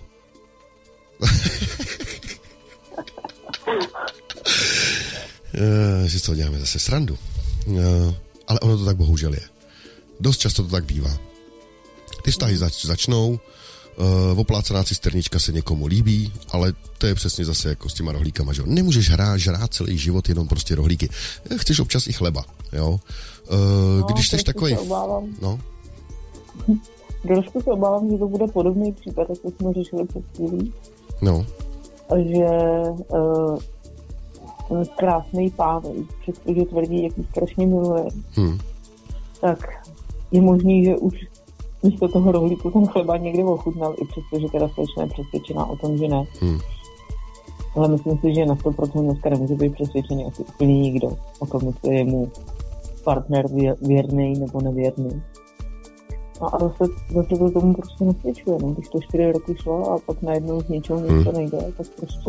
uh, že co děláme zase srandu. Uh, ale ono to tak bohužel je. Dost často to tak bývá. Ty vztahy zač- začnou, uh, oplácená cisternička se někomu líbí, ale to je přesně zase jako s těma rohlíkama, že jo. Nemůžeš hrát, žrát celý život jenom prostě rohlíky. Chceš občas i chleba, jo. Uh, no, když jsi takovej... No. Trošku se obávám, že to bude podobný případ, jako jsme řešili před chvílí. No. Že uh, ten krásný pán, přestože tvrdí, jak ji strašně miluje, hmm. tak je možný, že už místo toho rohlíku ten chleba někde ochutnal, i přestože teda slečna je přesvědčená o tom, že ne. Hmm. Ale myslím si, že na sto procent dneska nemůže být přesvědčený asi úplně nikdo o tom, jestli je mu partner věrný nebo nevěrný. No a zase, zase to tomu prostě nesvědčuje, no. Když to čtyři roky šlo a pak najednou z ničeho něco hmm. nejde, tak prostě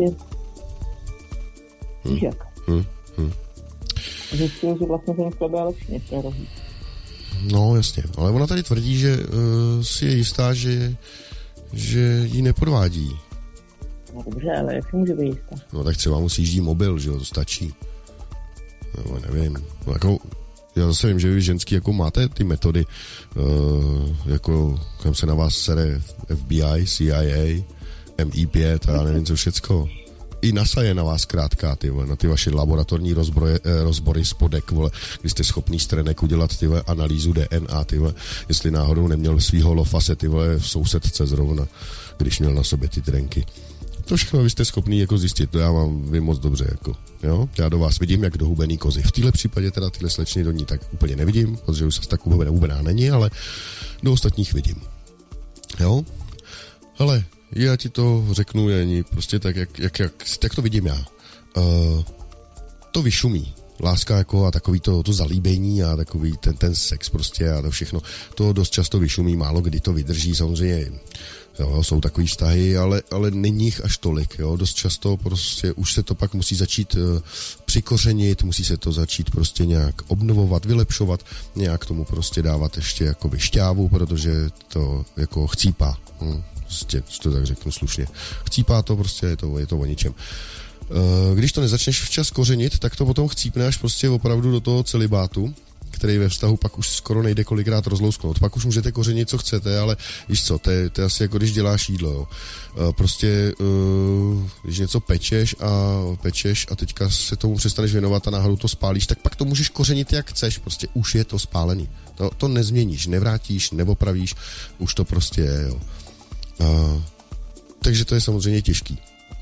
víš jak. Hmm. Hmm. Zjistil, že vlastně ten chleb je lepší než ten rohlík. No jasně, ale ona tady tvrdí, že uh, si je jistá, že, že jí nepodvádí. No dobře, ale jak si může být jistá? No tak třeba musí jíždí mobil, že jo, to stačí. No nevím, no jako... Já zase vím, že vy ženský jako máte ty metody, uh, jako kam se na vás sere F B I, C I A, M I pět a já nevím co všecko. I NASA je na vás krátká, ty vole, na ty vaše laboratorní rozbroje, eh, rozbory spodek, vole, kdy jste schopný z trenek udělat, ty vole, analýzu D N A, ty vole, jestli náhodou neměl svýho lofase, ty vole, v sousedce zrovna, když měl na sobě ty trenky. To všechno vy jste schopný jako zjistit, to já vám vím moc dobře, jako, jo. Já do vás vidím, jak do hubený kozy. V téhle případě teda tyhle slečny do ní tak úplně nevidím, protože už se tak hubená, hubená není, ale do ostatních vidím. Jo? Hele, já ti to řeknu, Jani, prostě tak, jak, jak, jak, jak to vidím já. Uh, to vyšumí. Láska jako a takový to, to zalíbení a takový ten, ten sex prostě a to všechno. To dost často vyšumí, málo kdy to vydrží, samozřejmě. Jo, jsou takový vztahy, ale, ale není jich až tolik, jo, dost často prostě už se to pak musí začít uh, přikořenit, musí se to začít prostě nějak obnovovat, vylepšovat, nějak tomu prostě dávat ještě jakoby šťávu, protože to jako chcípá, hm, prostě, to tak řeknu slušně, chcípá to prostě, je to, je to o ničem. Uh, když to nezačneš včas kořenit, tak to potom chcípne až prostě opravdu do toho celibátu, který ve vztahu pak už skoro nejde kolikrát rozlousknout. Pak už můžete kořenit, co chcete, ale víš co, to je, to je asi jako když děláš jídlo, jo. Prostě, uh, když něco pečeš a pečeš a teďka se tomu přestaneš věnovat a náhodou to spálíš, tak pak to můžeš kořenit, jak chceš, prostě už je to spálený. To, to nezměníš, nevrátíš, neopravíš, už to prostě je, jo. Uh, takže to je samozřejmě těžký.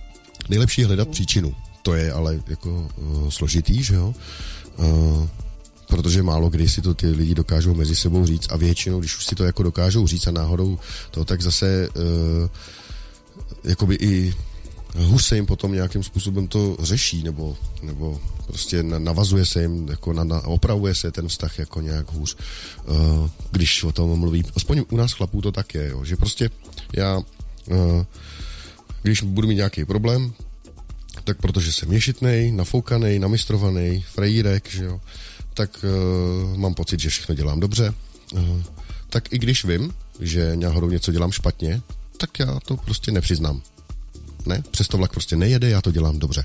Nejlepší je hledat příčinu. To je ale jako uh, složitý, že jo? Uh, protože málo kdy si to ty lidi dokážou mezi sebou říct a většinou, když už si to jako dokážou říct a náhodou to, tak zase uh, jakoby i hůř se jim potom nějakým způsobem to řeší, nebo, nebo prostě navazuje se jim, jako na, na, opravuje se ten vztah jako nějak hůř, uh, když o tom mluví. Aspoň u nás chlapů to tak je, jo, že prostě já, uh, když budu mít nějaký problém, tak protože jsem ješitnej, nafoukanej, namistrovanej, frejírek, že jo, tak uh, mám pocit, že všechno dělám dobře. Uh, tak i když vím, že náhodou něco dělám špatně, tak já to prostě nepřiznám. Ne, přesto vlak prostě nejede, já to dělám dobře.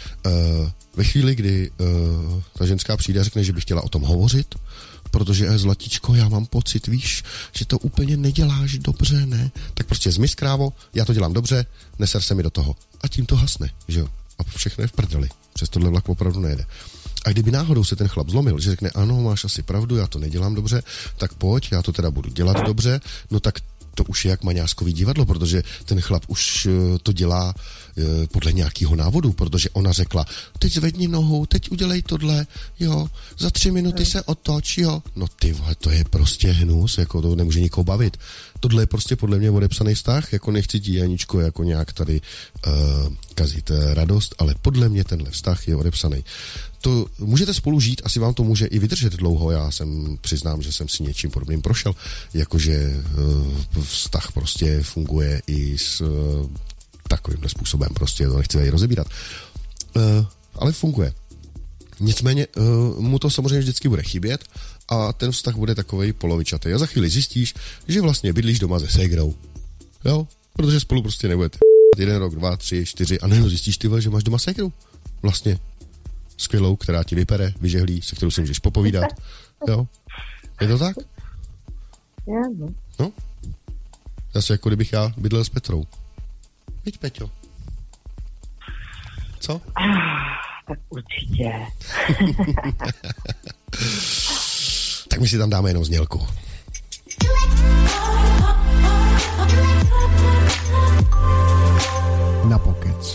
Uh, ve chvíli, kdy uh, ta ženská přijde a řekne, že by chtěla o tom hovořit, protože zlatíčko, já mám pocit, víš, že to úplně neděláš dobře, ne? Tak prostě zmiz, krávo, já to dělám dobře, neser se mi do toho. A tím to hasne, že jo? A všechno je v prdeli. Přes tohle vlak opravdu nejede. A kdyby náhodou se ten chlap zlomil, že řekne, ano, máš asi pravdu, já to nedělám dobře, tak pojď, já to teda budu dělat dobře, no tak to už je jak maňáskový divadlo, protože ten chlap už to dělá podle nějakého návodu, protože ona řekla, teď zvedni nohu, teď udělej tohle, jo, za tři minuty se otoč, jo. No ty vole, to je prostě hnus, jako to nemůže nikoho bavit. Tohle je prostě podle mě odepsaný vztah, jako nechci ti, Janičko, jako nějak tady uh, kazit uh, radost, ale podle mě tenhle vztah je odepsaný. To můžete spolu žít, asi vám to může i vydržet dlouho, já jsem, přiznám, že jsem si něčím podobným prošel, jakože uh, vztah prostě funguje i s uh, takovýmhle způsobem, prostě to nechci tady rozebírat. Uh, ale funguje. Nicméně uh, mu to samozřejmě vždycky bude chybět a ten vztah bude takovej polovičatý. A za chvíli zjistíš, že vlastně bydlíš doma se ségrou. Jo? Protože spolu prostě nebudete jeden rok, dva, tři, čtyři a nejenom zjistíš ty, že máš doma ségru. Vlastně skvělou, která ti vypere, vyžehlí, se kterou si můžeš popovídat. Jo? Je to tak? No? Zase jako kdybych já bydlel s Petrou. Víď, Peťo. Co? Ah, tak určitě. Tak my si tam dáme jenom znělku. Na pokec.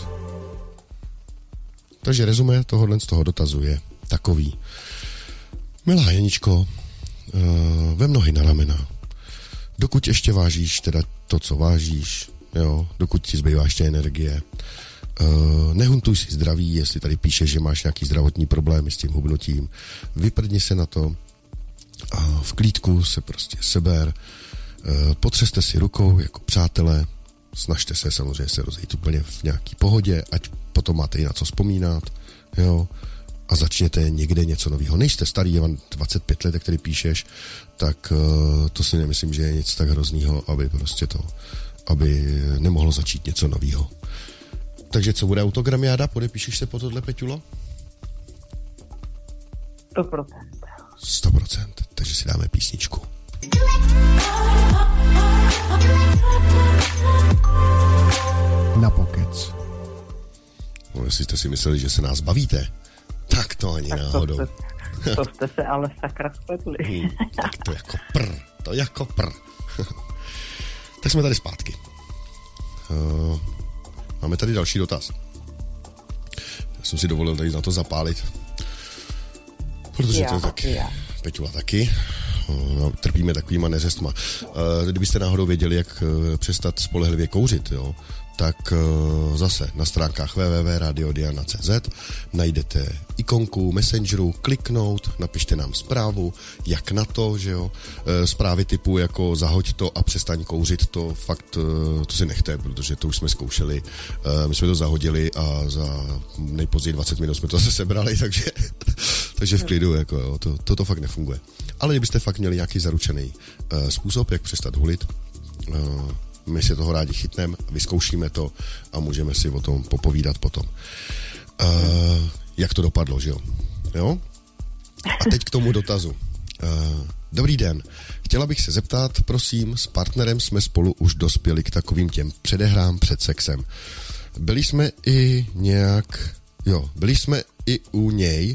Takže rezumé tohohle z toho dotazu je takový. Milá Janičko, vem nohy na ramena. Dokud ještě vážíš teda to, co vážíš, jo, dokud ti zbývá ještě energie. Uh, nehuntuj si zdraví, jestli tady píšeš, že máš nějaký zdravotní problémy s tím hubnutím. Vyprdni se na to a v klídku se prostě seber. Uh, potřeste si rukou jako přátelé. Snažte se samozřejmě se rozejít úplně v nějaký pohodě, ať potom máte i na co vzpomínat. Jo. A začněte někde něco nového. Nejste starý, je vám dvacet pět let, který píšeš, tak uh, to si nemyslím, že je nic tak hroznýho, aby prostě to aby nemohlo začít něco nového. Takže co bude autogramiáda? Podepíšeš se po tohle, Peťulo? sto procent. sto procent. Takže si dáme písničku. Na pokec. No, jestli jste si mysleli, že se nás bavíte, tak to ani tak náhodou. To jste, to jste se ale sakra spletli. hmm, tak to jako prr. To jako prr. Tak jsme tady zpátky. Uh, máme tady další dotaz. Já jsem si dovolil tady na to zapálit. Protože já, to je tak... Já. Peťula taky. Uh, trpíme takovýma neřestma. Uh, kdybyste náhodou věděli, jak uh, přestat spolehlivě kouřit, jo, tak uh, zase na stránkách w w w tečka radio diana tečka c z najdete ikonku Messengeru, kliknout, napište nám zprávu, jak na to, že jo, uh, zprávy typu jako zahoď to a přestaň kouřit, to fakt, uh, to si nechte, protože to už jsme zkoušeli, uh, my jsme to zahodili a za nejpozději dvacet minut jsme to zase sebrali, takže, takže v klidu, jako jo, to, to, to fakt nefunguje. Ale kdybyste fakt měli nějaký zaručený uh, způsob, jak přestat hulit, uh, my si toho rádi chytneme, vyzkoušíme to a můžeme si o tom popovídat potom. Uh, jak to dopadlo, že jo? jo? A teď k tomu dotazu. Uh, dobrý den. Chtěla bych se zeptat, prosím, s partnerem jsme spolu už dospěli k takovým těm předehrám před sexem. Byli jsme i nějak, jo, byli jsme i u něj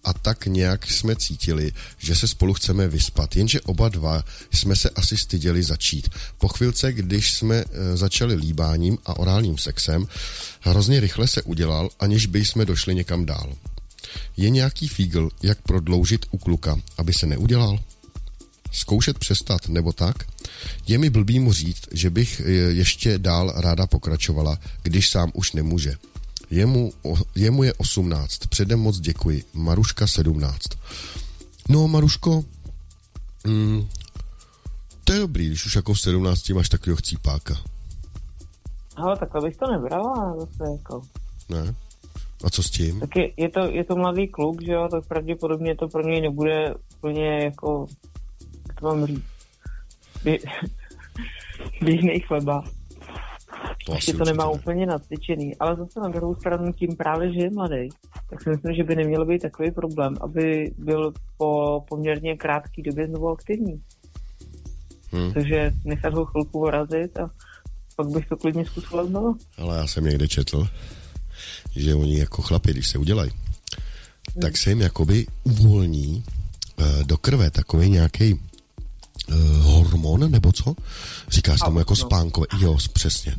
a tak nějak jsme cítili, že se spolu chceme vyspat, jenže oba dva jsme se asi styděli začít. Po chvilce, když jsme e, začali líbáním a orálním sexem, hrozně rychle se udělal, aniž by jsme došli někam dál. Je nějaký fígl, jak prodloužit u kluka, aby se neudělal? Zkoušet přestat, nebo tak? Je mi blbý mu říct, že bych ještě dál ráda pokračovala, když sám už nemůže. Jemu, jemu je osmnáct, předem moc děkuji. Maruška sedmnáct. No, Maruško, mm, to je dobrý, když už jako v sedmnácti máš takovýho chcípáka. Ale takhle bych to nebrala zase jako. Ne? A co s tím? Tak je, je, to, je to mladý kluk, že jo, tak pravděpodobně to pro něj nebude úplně jako, jak to mám říct, Bě, běžnej chleba. To Ještě to nemá ne. úplně nacvičený, ale zase na druhou stranu tím právě, že je mladý, tak si myslím, že by neměl být takový problém, aby byl po poměrně krátké době znovu aktivní. Hmm. Takže nechat ho chvilku urazit a pak bych to klidně zkusila znovu. Ale já jsem někde četl, že oni jako chlapi, když se udělají, hmm. tak se jim jakoby uvolní uh, do krve takový nějaký uh, hormon, nebo co? Říká se tomu jako spánkové. Jo, přesně.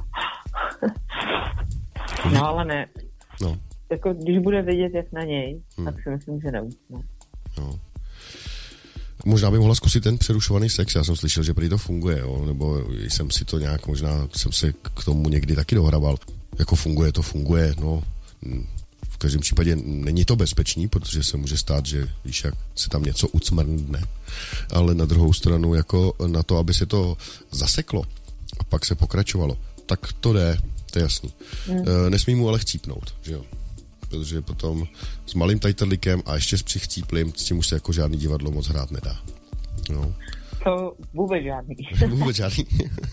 No ale ne. No. Jako když bude vidět, jak na něj, hmm. tak si myslím, že neusne. No. Možná by mohla zkusit ten přerušovaný sex, já jsem slyšel, že prý to funguje, jo? Nebo jsem si to nějak, možná jsem se k tomu někdy taky dohrabal. Jako funguje, to funguje, no. V každém případě není to bezpečný, protože se může stát, že víš, jak se tam něco ucmrndne, ale na druhou stranu, jako na to, aby se to zaseklo a pak se pokračovalo, tak to jde, to je jasný. Mm. E, nesmí mu ale chcípnout, že jo? Protože potom s malým tajtrlikem a ještě s přichcíplým, s tím už se jako žádný divadlo moc hrát nedá. No. To vůbec žádný. Vůbec žádný.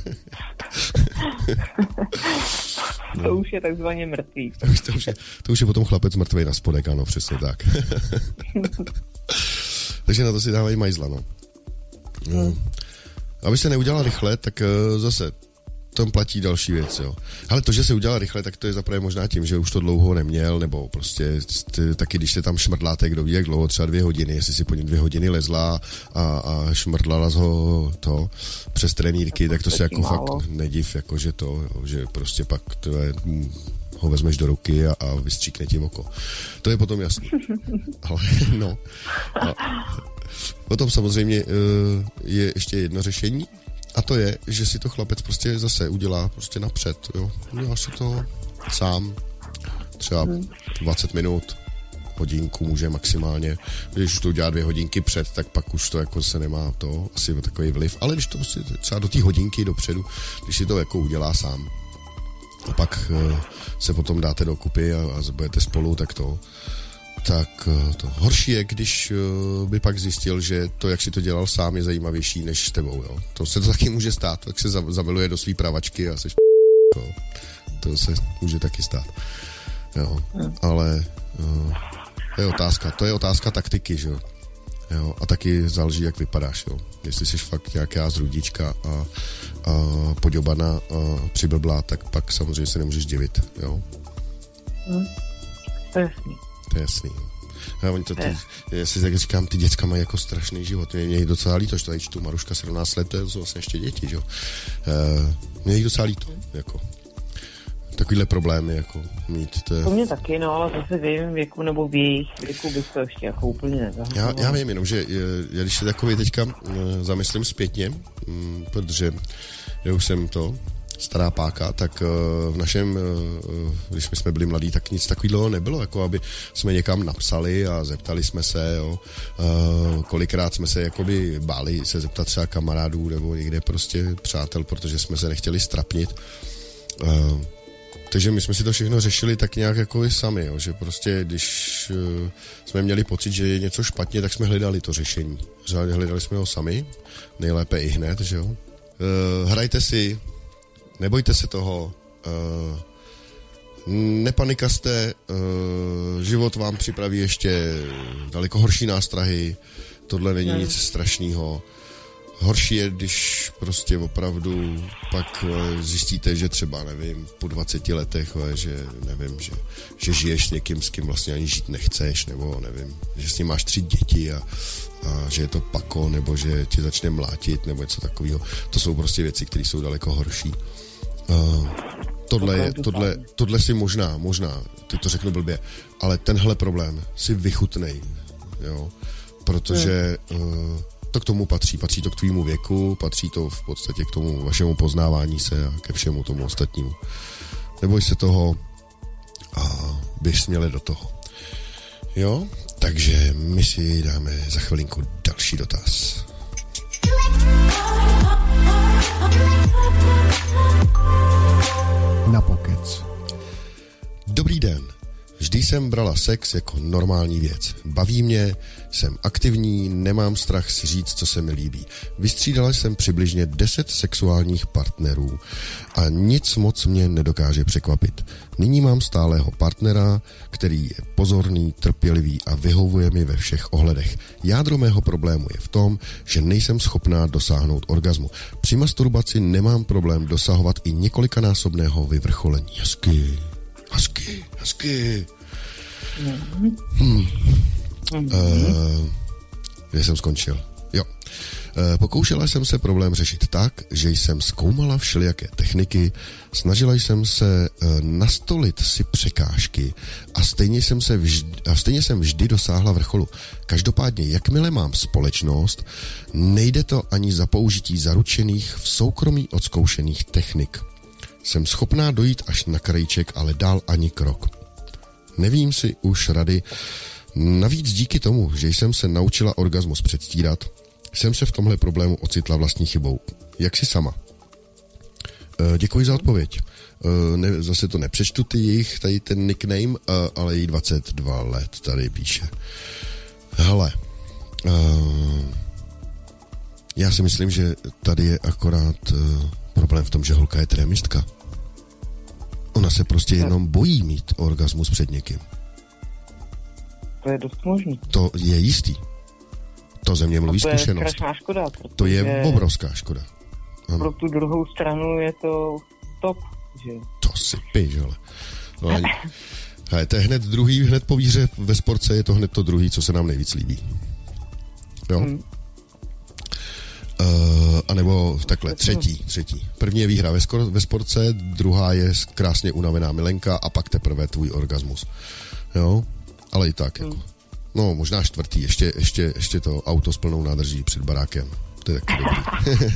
No. To už je takzvaně mrtvý. To už, to, už je, to už je potom chlapec mrtvej na spodek, ano, přesně tak. Takže na to si dávají majzla, no. no. Aby se neudělala rychle, tak uh, zase tam platí další věc, jo. Ale to, že se udělala rychle, tak to je zaprvé možná tím, že už to dlouho neměl, nebo prostě ty, taky když se tam šmrdláte, kdo ví, jak dlouho, třeba dvě hodiny, jestli si po ně dvě hodiny lezla a, a šmrdlala z ho to přes trenýrky, tak to si jako málo. Fakt nediv, jako že to, jo, že prostě pak to je, ho vezmeš do ruky a, a vystříkne ti oko. To je potom jasný. Ale no. A potom samozřejmě je ještě jedno řešení, a to je, že si to chlapec prostě zase udělá prostě napřed, jo. Udělá si to sám, třeba dvacet minut, hodinku může maximálně. Když už to udělá dvě hodinky před, tak pak už to jako se nemá to asi takový vliv. Ale když to prostě třeba do té hodinky dopředu, když si to jako udělá sám, a pak uh, se potom dáte dokupy a, a budete spolu, tak to tak to horší je, když uh, by pak zjistil, že to, jak si to dělal sám, je zajímavější než s tebou, jo. To se to taky může stát, tak se zamiluje do svý pravačky a seš p***, jo. To se může taky stát, jo. Ale uh, to je otázka, to je otázka taktiky, že jo. Jo, a taky záleží, jak vypadáš, jo. Jestli jsi fakt nějaká zrudička a, a poděbaná a přiblblá, tak pak samozřejmě se nemůžeš divit, jo. Hmm. To je jasný. To je jasný. Já, oni to, ty, já si tak říkám, ty děcka mají jako strašný život. Mě je docela líto, že tady čtu Maruška sedmnáct let, to jsou vlastně ještě děti, že jo. Uh, mě je docela líto, jako. Takovýhle problémy, jako mít. To, je... to mě taky, no, ale zase v jejím věku nebo v jejich věku bych to ještě jako úplně nezahrnoval. Já, já vím jenom, že já když se takový teďka uh, zamyslím zpětně, um, protože já už jsem to stará páka, tak uh, v našem, uh, když my jsme byli mladí, tak nic takového nebylo, jako aby jsme někam napsali a zeptali jsme se, jo. Uh, kolikrát jsme se jakoby báli se zeptat třeba kamarádů nebo někde prostě přátel, protože jsme se nechtěli strapnit. Uh, takže my jsme si to všechno řešili tak nějak jako i sami, jo, že prostě když uh, jsme měli pocit, že je něco špatně, tak jsme hledali to řešení. Hledali jsme ho sami, nejlépe i hned, že jo. Uh, hrajte si, nebojte se toho, uh, nepanikaste, uh, život vám připraví ještě daleko horší nástrahy, tohle není nic strašného. horší je, když prostě opravdu pak zjistíte, že třeba, nevím, po dvaceti letech, že nevím, že, že žiješ s někým, s kým vlastně ani žít nechceš, nebo nevím, že s ním máš tři děti a, a že je to pako, nebo že tě začne mlátit, nebo něco takového. To jsou prostě věci, které jsou daleko horší. Uh, tohle, je, tohle, tohle si možná, možná, ty to řeknu blbě, ale tenhle problém si vychutnej, jo, protože uh, to k tomu patří, patří to k tvýmu věku, patří to v podstatě k tomu vašemu poznávání se a ke všemu tomu ostatnímu. Neboj se toho a běž směle do toho. Jo, takže my si dáme za chvilinku další dotaz. Na pokec. Dobrý den. Vždy jsem brala sex jako normální věc. Baví mě, jsem aktivní, nemám strach si říct, co se mi líbí. Vystřídala jsem přibližně deset sexuálních partnerů a nic moc mě nedokáže překvapit. Nyní mám stálého partnera, který je pozorný, trpělivý a vyhovuje mi ve všech ohledech. Jádro mého problému je v tom, že nejsem schopná dosáhnout orgazmu. Při masturbaci nemám problém dosahovat i několikanásobného vyvrcholení. Hezky. Hezky, hezky. Hmm. Uh, kde jsem skončil? Jo. Uh, pokoušela jsem se problém řešit tak, že jsem zkoumala všelijaké techniky, snažila jsem se uh, nastolit si překážky a stejně jsem, se vždy, a stejně jsem vždy dosáhla vrcholu. Každopádně, jakmile mám společnost, nejde to ani za použití zaručených v soukromí odzkoušených technik. Jsem schopná dojít až na krajíček, ale dál ani krok. Nevím si už rady. Navíc díky tomu, že jsem se naučila orgasmus předstírat, jsem se v tomhle problému ocitla vlastní chybou. Jak si sama? E, děkuji za odpověď. E, ne, zase to nepřečtu ty jejich, tady ten nickname, e, ale jí dvacet dva let tady píše. Hele, e, já si myslím, že tady je akorát e, problém v tom, že holka je trémistka. Ona se prostě jenom bojí mít orgasmus před někým. To je dost možný. To je jistý. To ze mě mluví to zkušenost. To je strašná škoda. To je obrovská škoda. Ano. Pro tu druhou stranu je to top, že? To si píš, ale. No, ale hele, to je hned druhý, hned po výhře ve sportce je to hned to druhý, co se nám nejvíc líbí. Jo? Hmm. Uh, a nebo takhle, třetí, třetí. První je výhra ve, skor, ve sportce, druhá je krásně unavená milenka a pak teprve tvůj orgasmus. Jo? Ale i tak, jako. No, možná čtvrtý, ještě, ještě, ještě to auto s plnou nádrží před barákem. To je taky dobrý.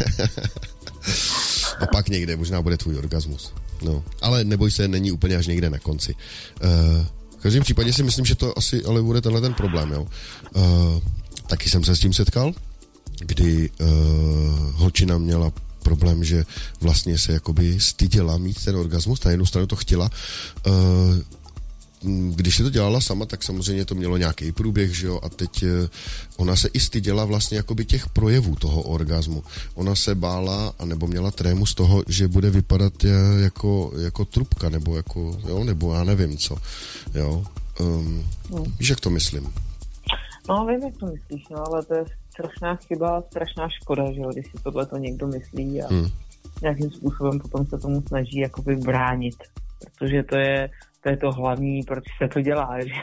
A pak někde možná bude tvůj orgasmus. No, ale neboj se, není úplně až někde na konci. Uh, v každém případě si myslím, že to asi ale bude tenhle ten problém, jo. Uh, taky jsem se s tím setkal, kdy uh, holčina měla problém, že vlastně se jakoby styděla mít ten orgasmus, na jednu stranu to chtěla. Uh, když se to dělala sama, tak samozřejmě to mělo nějaký průběh, že jo, a teď uh, ona se i styděla vlastně jakoby těch projevů toho orgasmu. Ona se bála, anebo měla trému z toho, že bude vypadat jako, jako trubka, nebo jako, jo, nebo já nevím co, jo. Um, no. Víš, jak to myslím? No, vím, jak to myslíš, no, ale to je strašná chyba, strašná škoda, že jo, když si tohle to někdo myslí a hmm. nějakým způsobem potom se tomu snaží jakoby bránit, protože to je, to je to hlavní, proč se to dělá, že?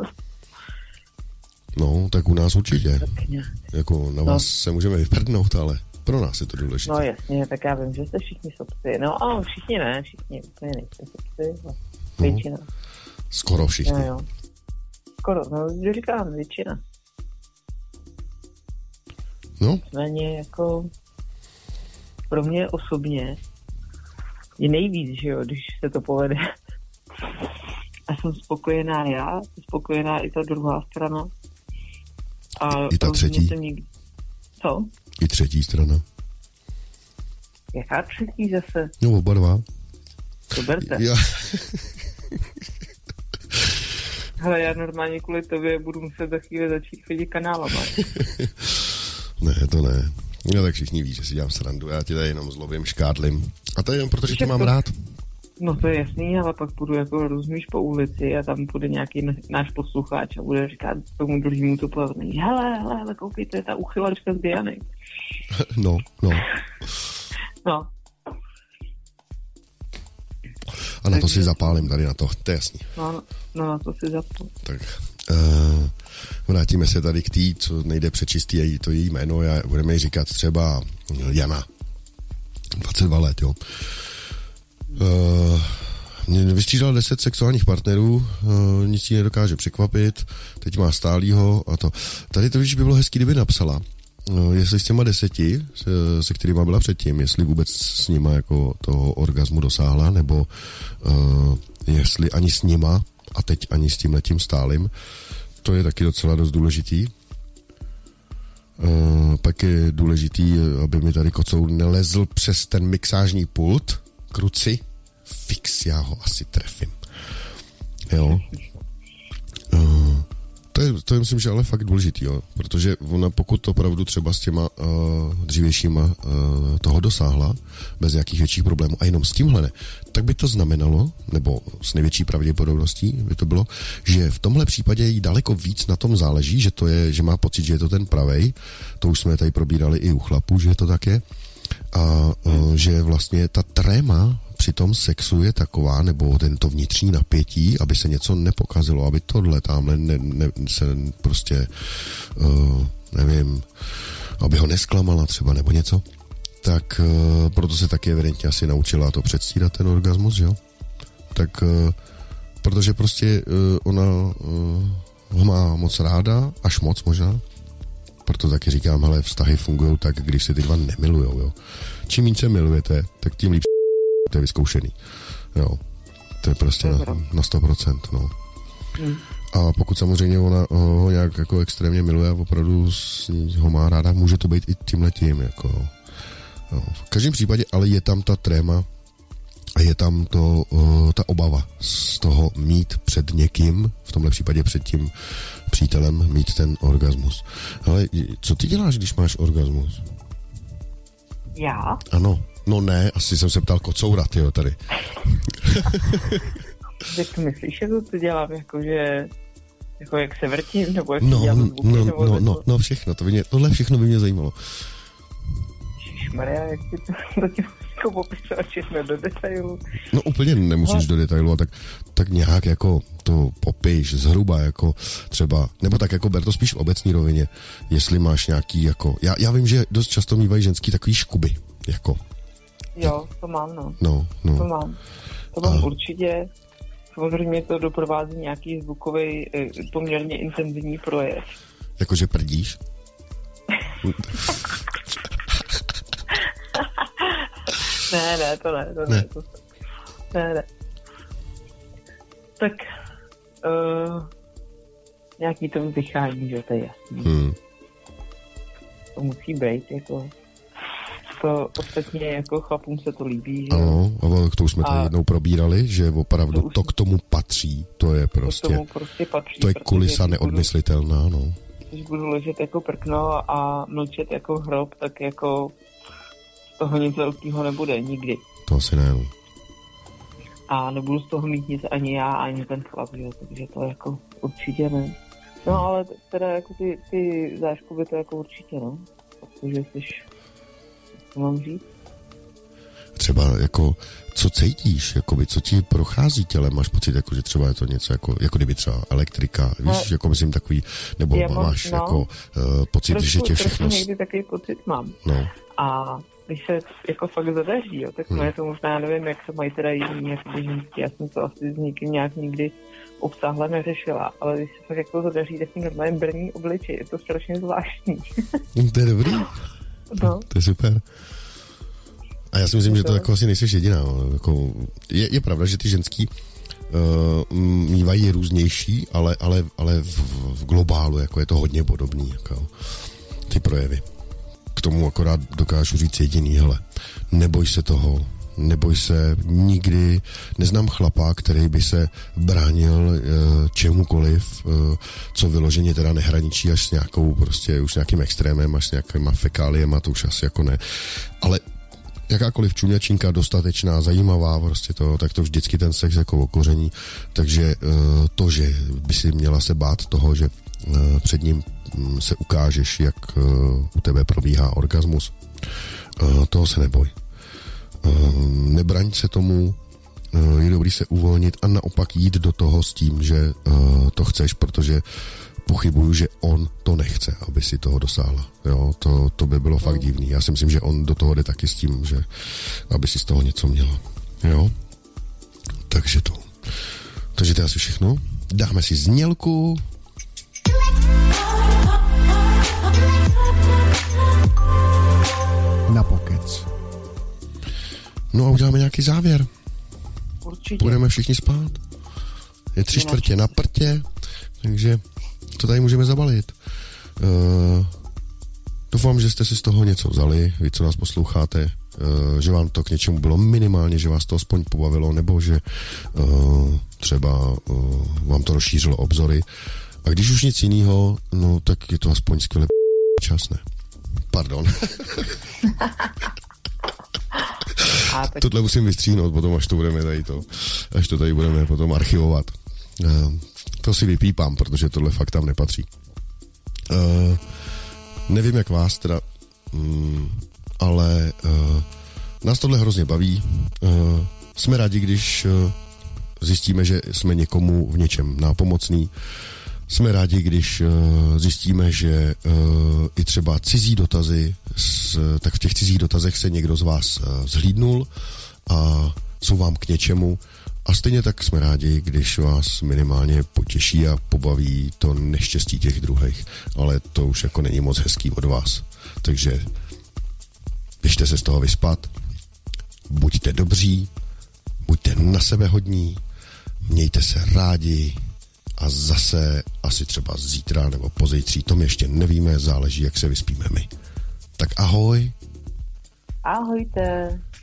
No, tak u nás určitě. Jako na vás no. se můžeme vyprdnout, ale pro nás je to důležité. No jasně, tak já vím, že jste všichni sobci. No, a všichni ne, všichni úplně nejste sobci, no, většina. No. Skoro všichni. No, jo. Skoro, no, říkám, většina. No. Nicméně jako pro mě osobně je nejvíc, že jo, když se to povede. A jsem spokojená já, spokojená i ta druhá strana. A I ta třetí. Nikdy... Co? I třetí strana. Jaká třetí zase? No, oba dva. To berte. Já... Hele, já normálně kvůli tobě budu muset za chvíli začít chodit kanálama. Ne, to ne. No tak všichni ví, že si dělám srandu. Já tě tady jenom zlobím, škádlim. A to je jen proto, že tě mám to, rád. No to je jasný, ale pak půjdu jako rozumíš po ulici a tam půjde nějaký náš posluchač a bude říkat tomu druhému to povedení. Hele, hele, hele, koukejte, ta uchylačka z Diany. No, no. No. A na to si zapálím tady na to, to je jasný. No, no na to si zapálím. Tak uh, vrátíme se tady k tý, co nejde přečíst její, to její jméno a budeme jí říkat třeba Jana. dvacet dva let, jo. Uh, vystřídala deset sexuálních partnerů, uh, nic jí nedokáže překvapit, teď má stálýho a to. Tady to víš, by bylo hezký, kdyby napsala, uh, jestli s těma deseti, se, se kterýma byla předtím, jestli vůbec s nima jako toho orgazmu dosáhla, nebo uh, jestli ani s nima a teď ani s tím letím stálým. To je taky docela dost důležitý. Uh, pak je důležitý, aby mi tady kocour nelezl přes ten mixážní pult k ruci. Fix, já ho asi trefím. Jo. Uh, to, je, to je myslím, že ale fakt důležitý, jo. Protože ona pokud opravdu třeba s těma uh, dřívějšíma uh, toho dosáhla, bez nějakých větších problémů a jenom s tímhle ne, tak by to znamenalo, nebo s největší pravděpodobností by to bylo, že v tomhle případě jí daleko víc na tom záleží, že to je, že má pocit, že je to ten pravej. To už jsme tady probírali i u chlapů, že to tak je. A uh, že vlastně ta tréma při tom sexu je taková, nebo tento vnitřní napětí, aby se něco nepokazilo, aby tohle tamhle ne, ne, se prostě, uh, nevím, aby ho nesklamala třeba, nebo něco, tak uh, proto se taky evidentně asi naučila to předstírat, ten orgasmus, jo? Tak, uh, protože prostě uh, ona uh, ho má moc ráda, až moc možná, proto taky říkám, hele, vztahy fungují tak, když se ty dva nemilujou, jo. Čím víc se milujete, tak tím líp to je vyzkoušený, jo. To je prostě na, na sto procent, no. Hmm. A pokud samozřejmě ona ho nějak jako extrémně miluje a opravdu ho má ráda, může to být i tímhletím, jako, no. V každém případě, ale je tam ta tréma a je tam to, uh, ta obava z toho mít před někým, v tomhle případě před tím přítelem, mít ten orgasmus. Ale co ty děláš, když máš orgasmus? Já? Ano. No ne, asi jsem se ptal kocoura, tyjo, tady. Jak to myslíš, že to dělám, jakože, jako jak se vrtím, nebo jak no, dělám zvuky, no, nebo no, no, no, všechno, to by mě, tohle všechno by mě zajímalo. Ježišmarja, jak ti to, to ti jako popisovat všechno do detailu. No úplně nemusíš no. do detailu, a tak, tak nějak jako to popiš zhruba, jako třeba, nebo tak jako ber to spíš v obecní rovině, jestli máš nějaký jako, já, já vím, že dost často mývají ženský takový škuby, jako. Jo, to mám, no. No, no. To mám. To mám a... určitě. Samozřejmě to doprovází nějaký zvukový, poměrně intenzivní projev. Jakože prdíš? ne, ne, to ne, to ne. Ne, to, ne, ne. Tak uh, nějaký to vzdychání, že to je jasný. Hmm. To musí být, jako... To ostatně jako chlapům se to líbí, že? Ano, ale to už jsme tady jednou probírali, že opravdu to, to k tomu patří, to je prostě, to, tomu prostě patří, to je kulisa neodmyslitelná, no. Když budu ležet jako prkno a mlčet jako hrob, tak jako z toho nic velkého nebude, nikdy. To asi ne, no. A nebudu z toho mít nic ani já, ani ten chlap, že? Takže to jako určitě ne. No ale teda jako ty, ty záškuby to jako určitě, no. Protože jsi... Co mám říct? Třeba jako, co cítíš, jakoby, co ti prochází tělem, máš pocit, jako, že třeba je to něco jako, jako kdyby třeba elektrika, víš, no, jako myslím takový, nebo mám, máš no, jako uh, pocit, trošku, že tě všechno... Trošku někdy takový pocit mám. No. A když se jako fakt zadaří, jo, tak hmm. je to možná, nevím, jak se mají teda jiný, jako ženský, já jsem to asi s nikým nějak nikdy obsáhle neřešila, ale když se fakt jako zadaří, tak mi normálně brní obličej, je to strašně zvláštní. To je dobrý. No. To je super. A já si myslím, že to jako asi nejseš jediná. Jako, je, je pravda, že ty ženský uh, mývají různější, ale, ale, ale v, v globálu jako je to hodně podobný. Jako, ty projevy. K tomu akorát dokážu říct jediný, hele, neboj se toho, neboj se nikdy, neznám chlapa, který by se bránil uh, čemukoliv, uh, co vyloženě teda nehraničí až s nějakou prostě už nějakým extrémem, až s nějakýma fekáliema, to už asi jako ne. Ale jakákoliv čuňačinka dostatečná, zajímavá, prostě to, tak to vždycky ten sex jako okoření. Takže to, že by si měla se bát toho, že před ním se ukážeš, jak u tebe probíhá orgasmus, toho se neboj. Nebraň se tomu, je dobrý se uvolnit a naopak jít do toho s tím, že to chceš, protože pochybuju, že on to nechce, aby si toho dosáhla. Jo, to, to by bylo fakt divný. Já si myslím, že on do toho jde taky s tím, že aby si z toho něco měla. Jo? Takže to. Takže to je asi všechno. Dáme si znělku. Na pokec. No a uděláme nějaký závěr. Určitě. Budeme všichni spát. Je tři čtvrtě na prtě, takže to tady můžeme zabalit. Uh, doufám, že jste si z toho něco vzali, vy, co nás posloucháte, uh, že vám to k něčemu bylo minimálně, že vás to aspoň pobavilo, nebo že uh, třeba uh, vám to rozšířilo obzory. A když už nic jiného, no tak je to aspoň skvěle čas, ne? Pardon. tak... Tohle musím vystříhnout potom, až to budeme tady to, až to tady budeme potom archivovat. Uh, to si vypípám, protože tohle fakt tam nepatří. Uh, nevím, jak vás teda, um, ale uh, nás tohle hrozně baví. Uh, jsme rádi, když uh, zjistíme, že jsme někomu v něčem nápomocný. Jsme rádi, když uh, zjistíme, že uh, i třeba cizí dotazy, s, tak v těch cizích dotazech se někdo z vás uh, zhlídnul a jsou vám k něčemu. A stejně tak jsme rádi, když vás minimálně potěší a pobaví to neštěstí těch druhých. Ale to už jako není moc hezký od vás. Takže běžte se z toho vyspat, buďte dobří, buďte na sebe hodní, mějte se rádi a zase asi třeba zítra nebo pozejtří, to my ještě nevíme, záleží, jak se vyspíme my. Tak ahoj. Ahojte.